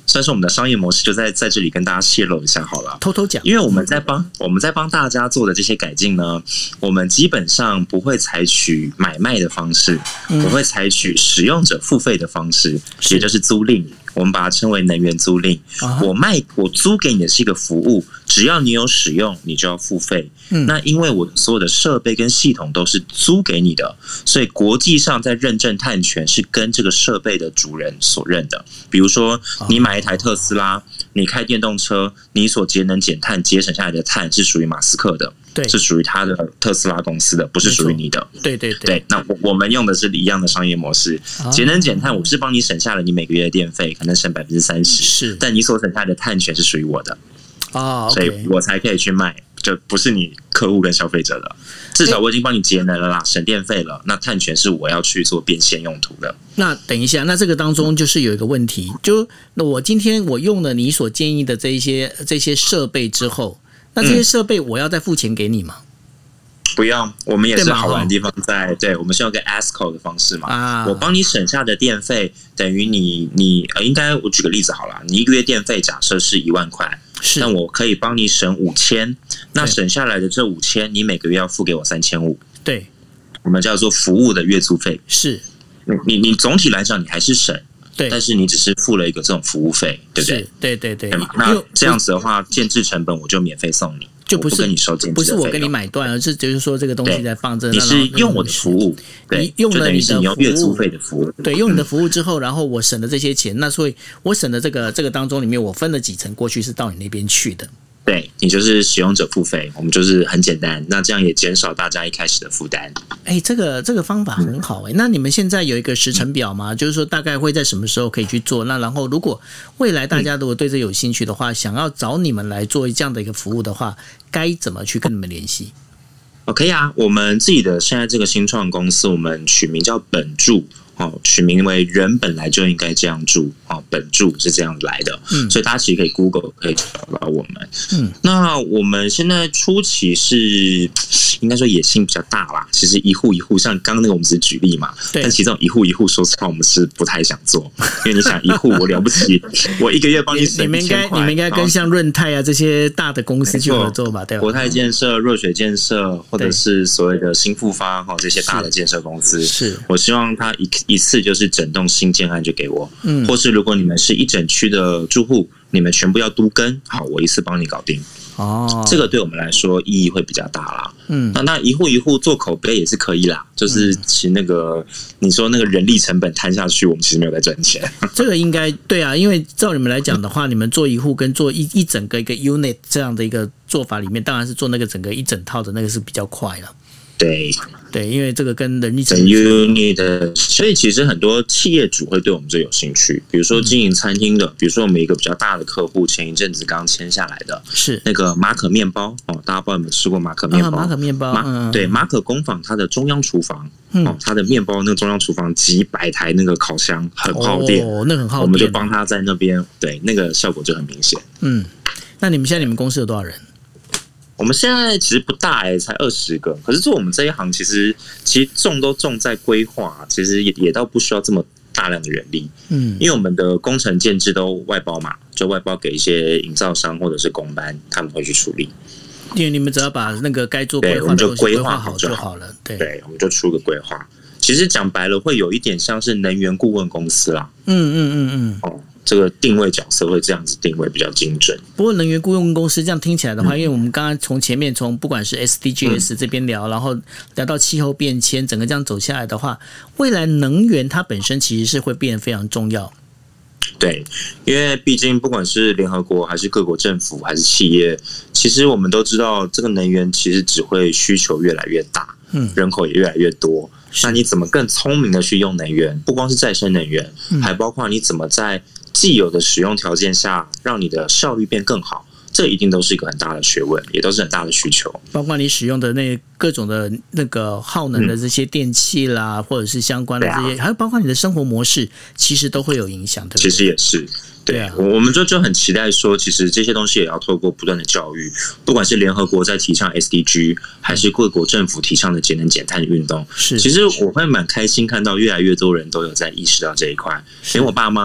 算是我们的商业模式，就在这里跟大家泄露一下好了， 偷偷讲。 因为我们在帮大家做的这些改进呢，我们基本上不会采取买卖的方式，我会采取使用者付费的方式，也就是租赁。我们把它称为能源租赁。我租给你的是一个服务，只要你有使用，你就要付费。那因为我所有的设备跟系统都是租给你的，所以国际上在认证碳权是跟这个设备的主人所认的。比如说，你买一台特斯拉，你开电动车，你所节能减碳节省下来的碳是属于马斯克的，是属于他的特斯拉公司的，不是属于你的。对，那我们用的是一样的商业模式，节能减碳，我是帮你省下了你每个月的电费，可能省30%，是，但你所省下来的碳权是属于我的，所以我才可以去卖，就不是你客户跟消费者的。至少我已经帮你节能了啦，省电费了，那碳权是我要去做变现用途的。 那等一下，那这个当中就是有一个问题，就那我今天我用了你所建议的这些设备之后，那这些设备我要再付钱给你吗？ 不用，我们也是好玩的地方在，对，我们是用个 ASCO 的方式嘛。我帮你省下的电费等于你应该我举个例子好了，你一个月电费假设是1万块，那我可以帮你省5000，那省下来的这5000，你每个月要付给我3500。 对， 我们叫做服务的月租费。是，你总体来讲你还是省，对，但是你只是付了一个这种服务费，对不对？对。那这样子的话，建制成本我就免费送你。就不是跟你收建制的费用，不是我跟你买断，而是就是说这个东西在放这， 你是用我的服务，对， 用了你的月租费的服务， 对，用你的服务之后，然后我省了这些钱，那所以我省的这个当中里面，我分了几层过去是到你那边去的。 对，你就是使用者付费，我们就是很简单，那这样也减少大家一开始的负担。 这个方法很好那你们现在有一个时程表吗？就是说大概会在什么时候可以去做？那然后如果未来大家如果对这有兴趣的话，想要找你们来做这样的一个服务的话，该怎么去跟你们联系？ 可以啊，我们自己的现在这个新创公司，我们取名叫本住。取名为人本来就应该这样住，本住是这样来的，所以大家其实可以 Google 可以找到我们。那我们现在初期是应该说野心比较大啦，其实一户一户，像刚刚那个我们只是举例嘛，但其实这种一户一户说实话我们是不太想做，因为你想一户我了不起，我一个月帮你省1000块， 你们应该跟像润泰啊这些大的公司去合作吧，对吧？ 国泰建设、若水建设，或者是所谓的新复发这些大的建设公司，是我希望他一次就是整栋新建案就给我，或是如果你们是一整区的住户，你们全部要都更，好，我一次帮你搞定。这个对我们来说意义会比较大啦。那一户一户做口碑也是可以啦，就是其实那个你说那个人力成本摊下去，我们其实没有在赚钱。 这个应该对啊，因为照你们来讲的话，你们做一户跟做一整个一个 unit 这样的一个做法里面，当然是做那个整个一整套的那个是比较快了。对，因为这个跟人力成本 unit 的，所以其实很多企业主会对我们这有兴趣。比如说经营餐厅的，比如说我们一个比较大的客户，前一阵子刚签下来的，是那个马可面包大家不知道有没有吃过马可面包？ 马可面包， 对，马可工坊它的中央厨房，它的面包那个中央厨房几百台那个烤箱，很耗电， 那很耗电， 我们就帮他在那边，对，那个效果就很明显。 那你们公司有多少人？ 我们现在其实不大才20个，可是做我们这一行其实重都重在规划，其实也倒不需要这么大量的人力。因为我们的工程建制都外包嘛，就外包给一些营造商或者是工班，他们会去处理。 因为你们只要把那个该做规划的东西规划好就好了。 对，我们就出个规划。其实讲白了，会有一点像是能源顾问公司啦。这个定位角色会这样子定位比较精准。 不过能源顾问公司这样听起来的话，因为我们刚刚从前面从不管是 SDGs 这边聊，然后聊到气候变迁，整个这样走下来的话，未来能源它本身其实是会变得非常重要。 对，因为毕竟不管是联合国还是各国政府还是企业，其实我们都知道这个能源其实只会需求越来越大，人口也越来越多。那你怎么更聪明的去用能源？不光是再生能源，还包括你怎么在既有的使用条件下让你的效率变更好，这一定都是一个很大的学问，也都是很大的需求。 包括你使用的那各种的那个耗能的这些电器啦，或者是相关的这些，还有包括你的生活模式，其实都会有影响，对不对？ 其实也是。对，我们就很期待说，其实这些东西也要透过不断的教育，不管是联合国在提倡 SDG， 还是各国政府提倡的节能减碳的运动，其实我会蛮开心看到越来越多人都有在意识到这一块。连我爸妈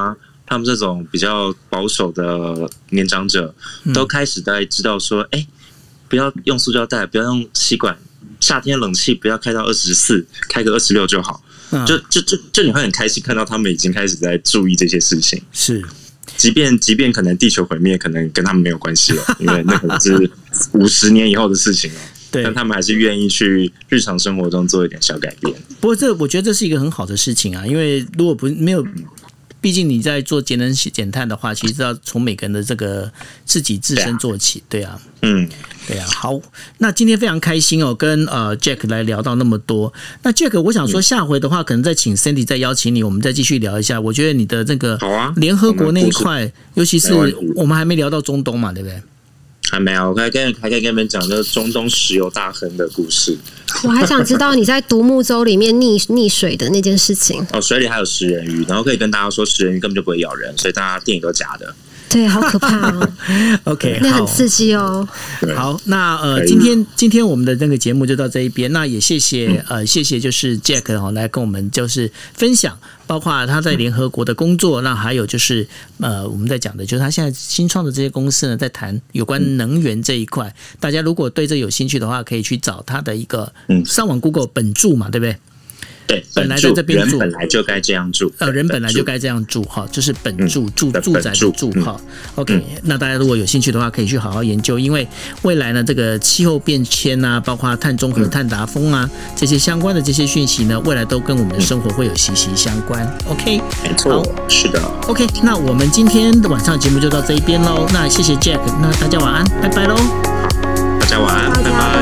他们这种比较保守的年长者，都开始在知道说，不要用塑胶袋，不要用吸管，夏天冷气不要开到24，开个26就好。就你会很开心看到他们已经开始在注意这些事情。 是。 即便可能地球毁灭，可能跟他们没有关系了，因为那可能是50年以后的事情了。对，但他们还是愿意去日常生活中做一点小改变。 不过我觉得这是一个很好的事情啊，因为如果没有，毕竟你在做节能减碳的话，其实要从每个人的这个自身做起。对啊，对啊。好，那今天非常开心哦，跟Jack 来聊到那么多。那 Jack， 我想说下回的话，可能再请 Sandy 再邀请你，我们再继续聊一下。我觉得你的这个联合国那一块，尤其是我们还没聊到中东嘛，对不对？ 还没有，我还可以跟你们讲就是中东石油大亨的故事。 我还想知道你在独木舟里面溺水的那件事情。 水里还有食人鱼，然后可以跟大家说，食人鱼根本就不会咬人，所以大家电影都假的。 对，好可怕哦。 OK， 那很刺激哦。 好，那今天我们的那个节目就到这一边，那也谢谢就是 Jack 来跟我们就是分享，包括他在联合国的工作，那还有就是我们在讲的就是他现在新创的这些公司呢，在谈有关能源这一块。大家如果对这有兴趣的话，可以去找他的一个上网 Google 本住嘛，对不对？ 对， 本来在这边住， 人本来就该这样住。 人本来就该这样住哈，就是本住住宅的住哈。OK，那大家如果有兴趣的话，可以去好好研究，因为未来呢，这个气候变迁啊，包括碳中和、碳达峰啊这些相关的这些讯息呢，未来都跟我们的生活会有息息相关。OK， 没错，是的。 OK， 那我们今天的晚上节目就到这一边喽。那谢谢 Jack， 那大家晚安，拜拜喽。 大家晚安，拜拜。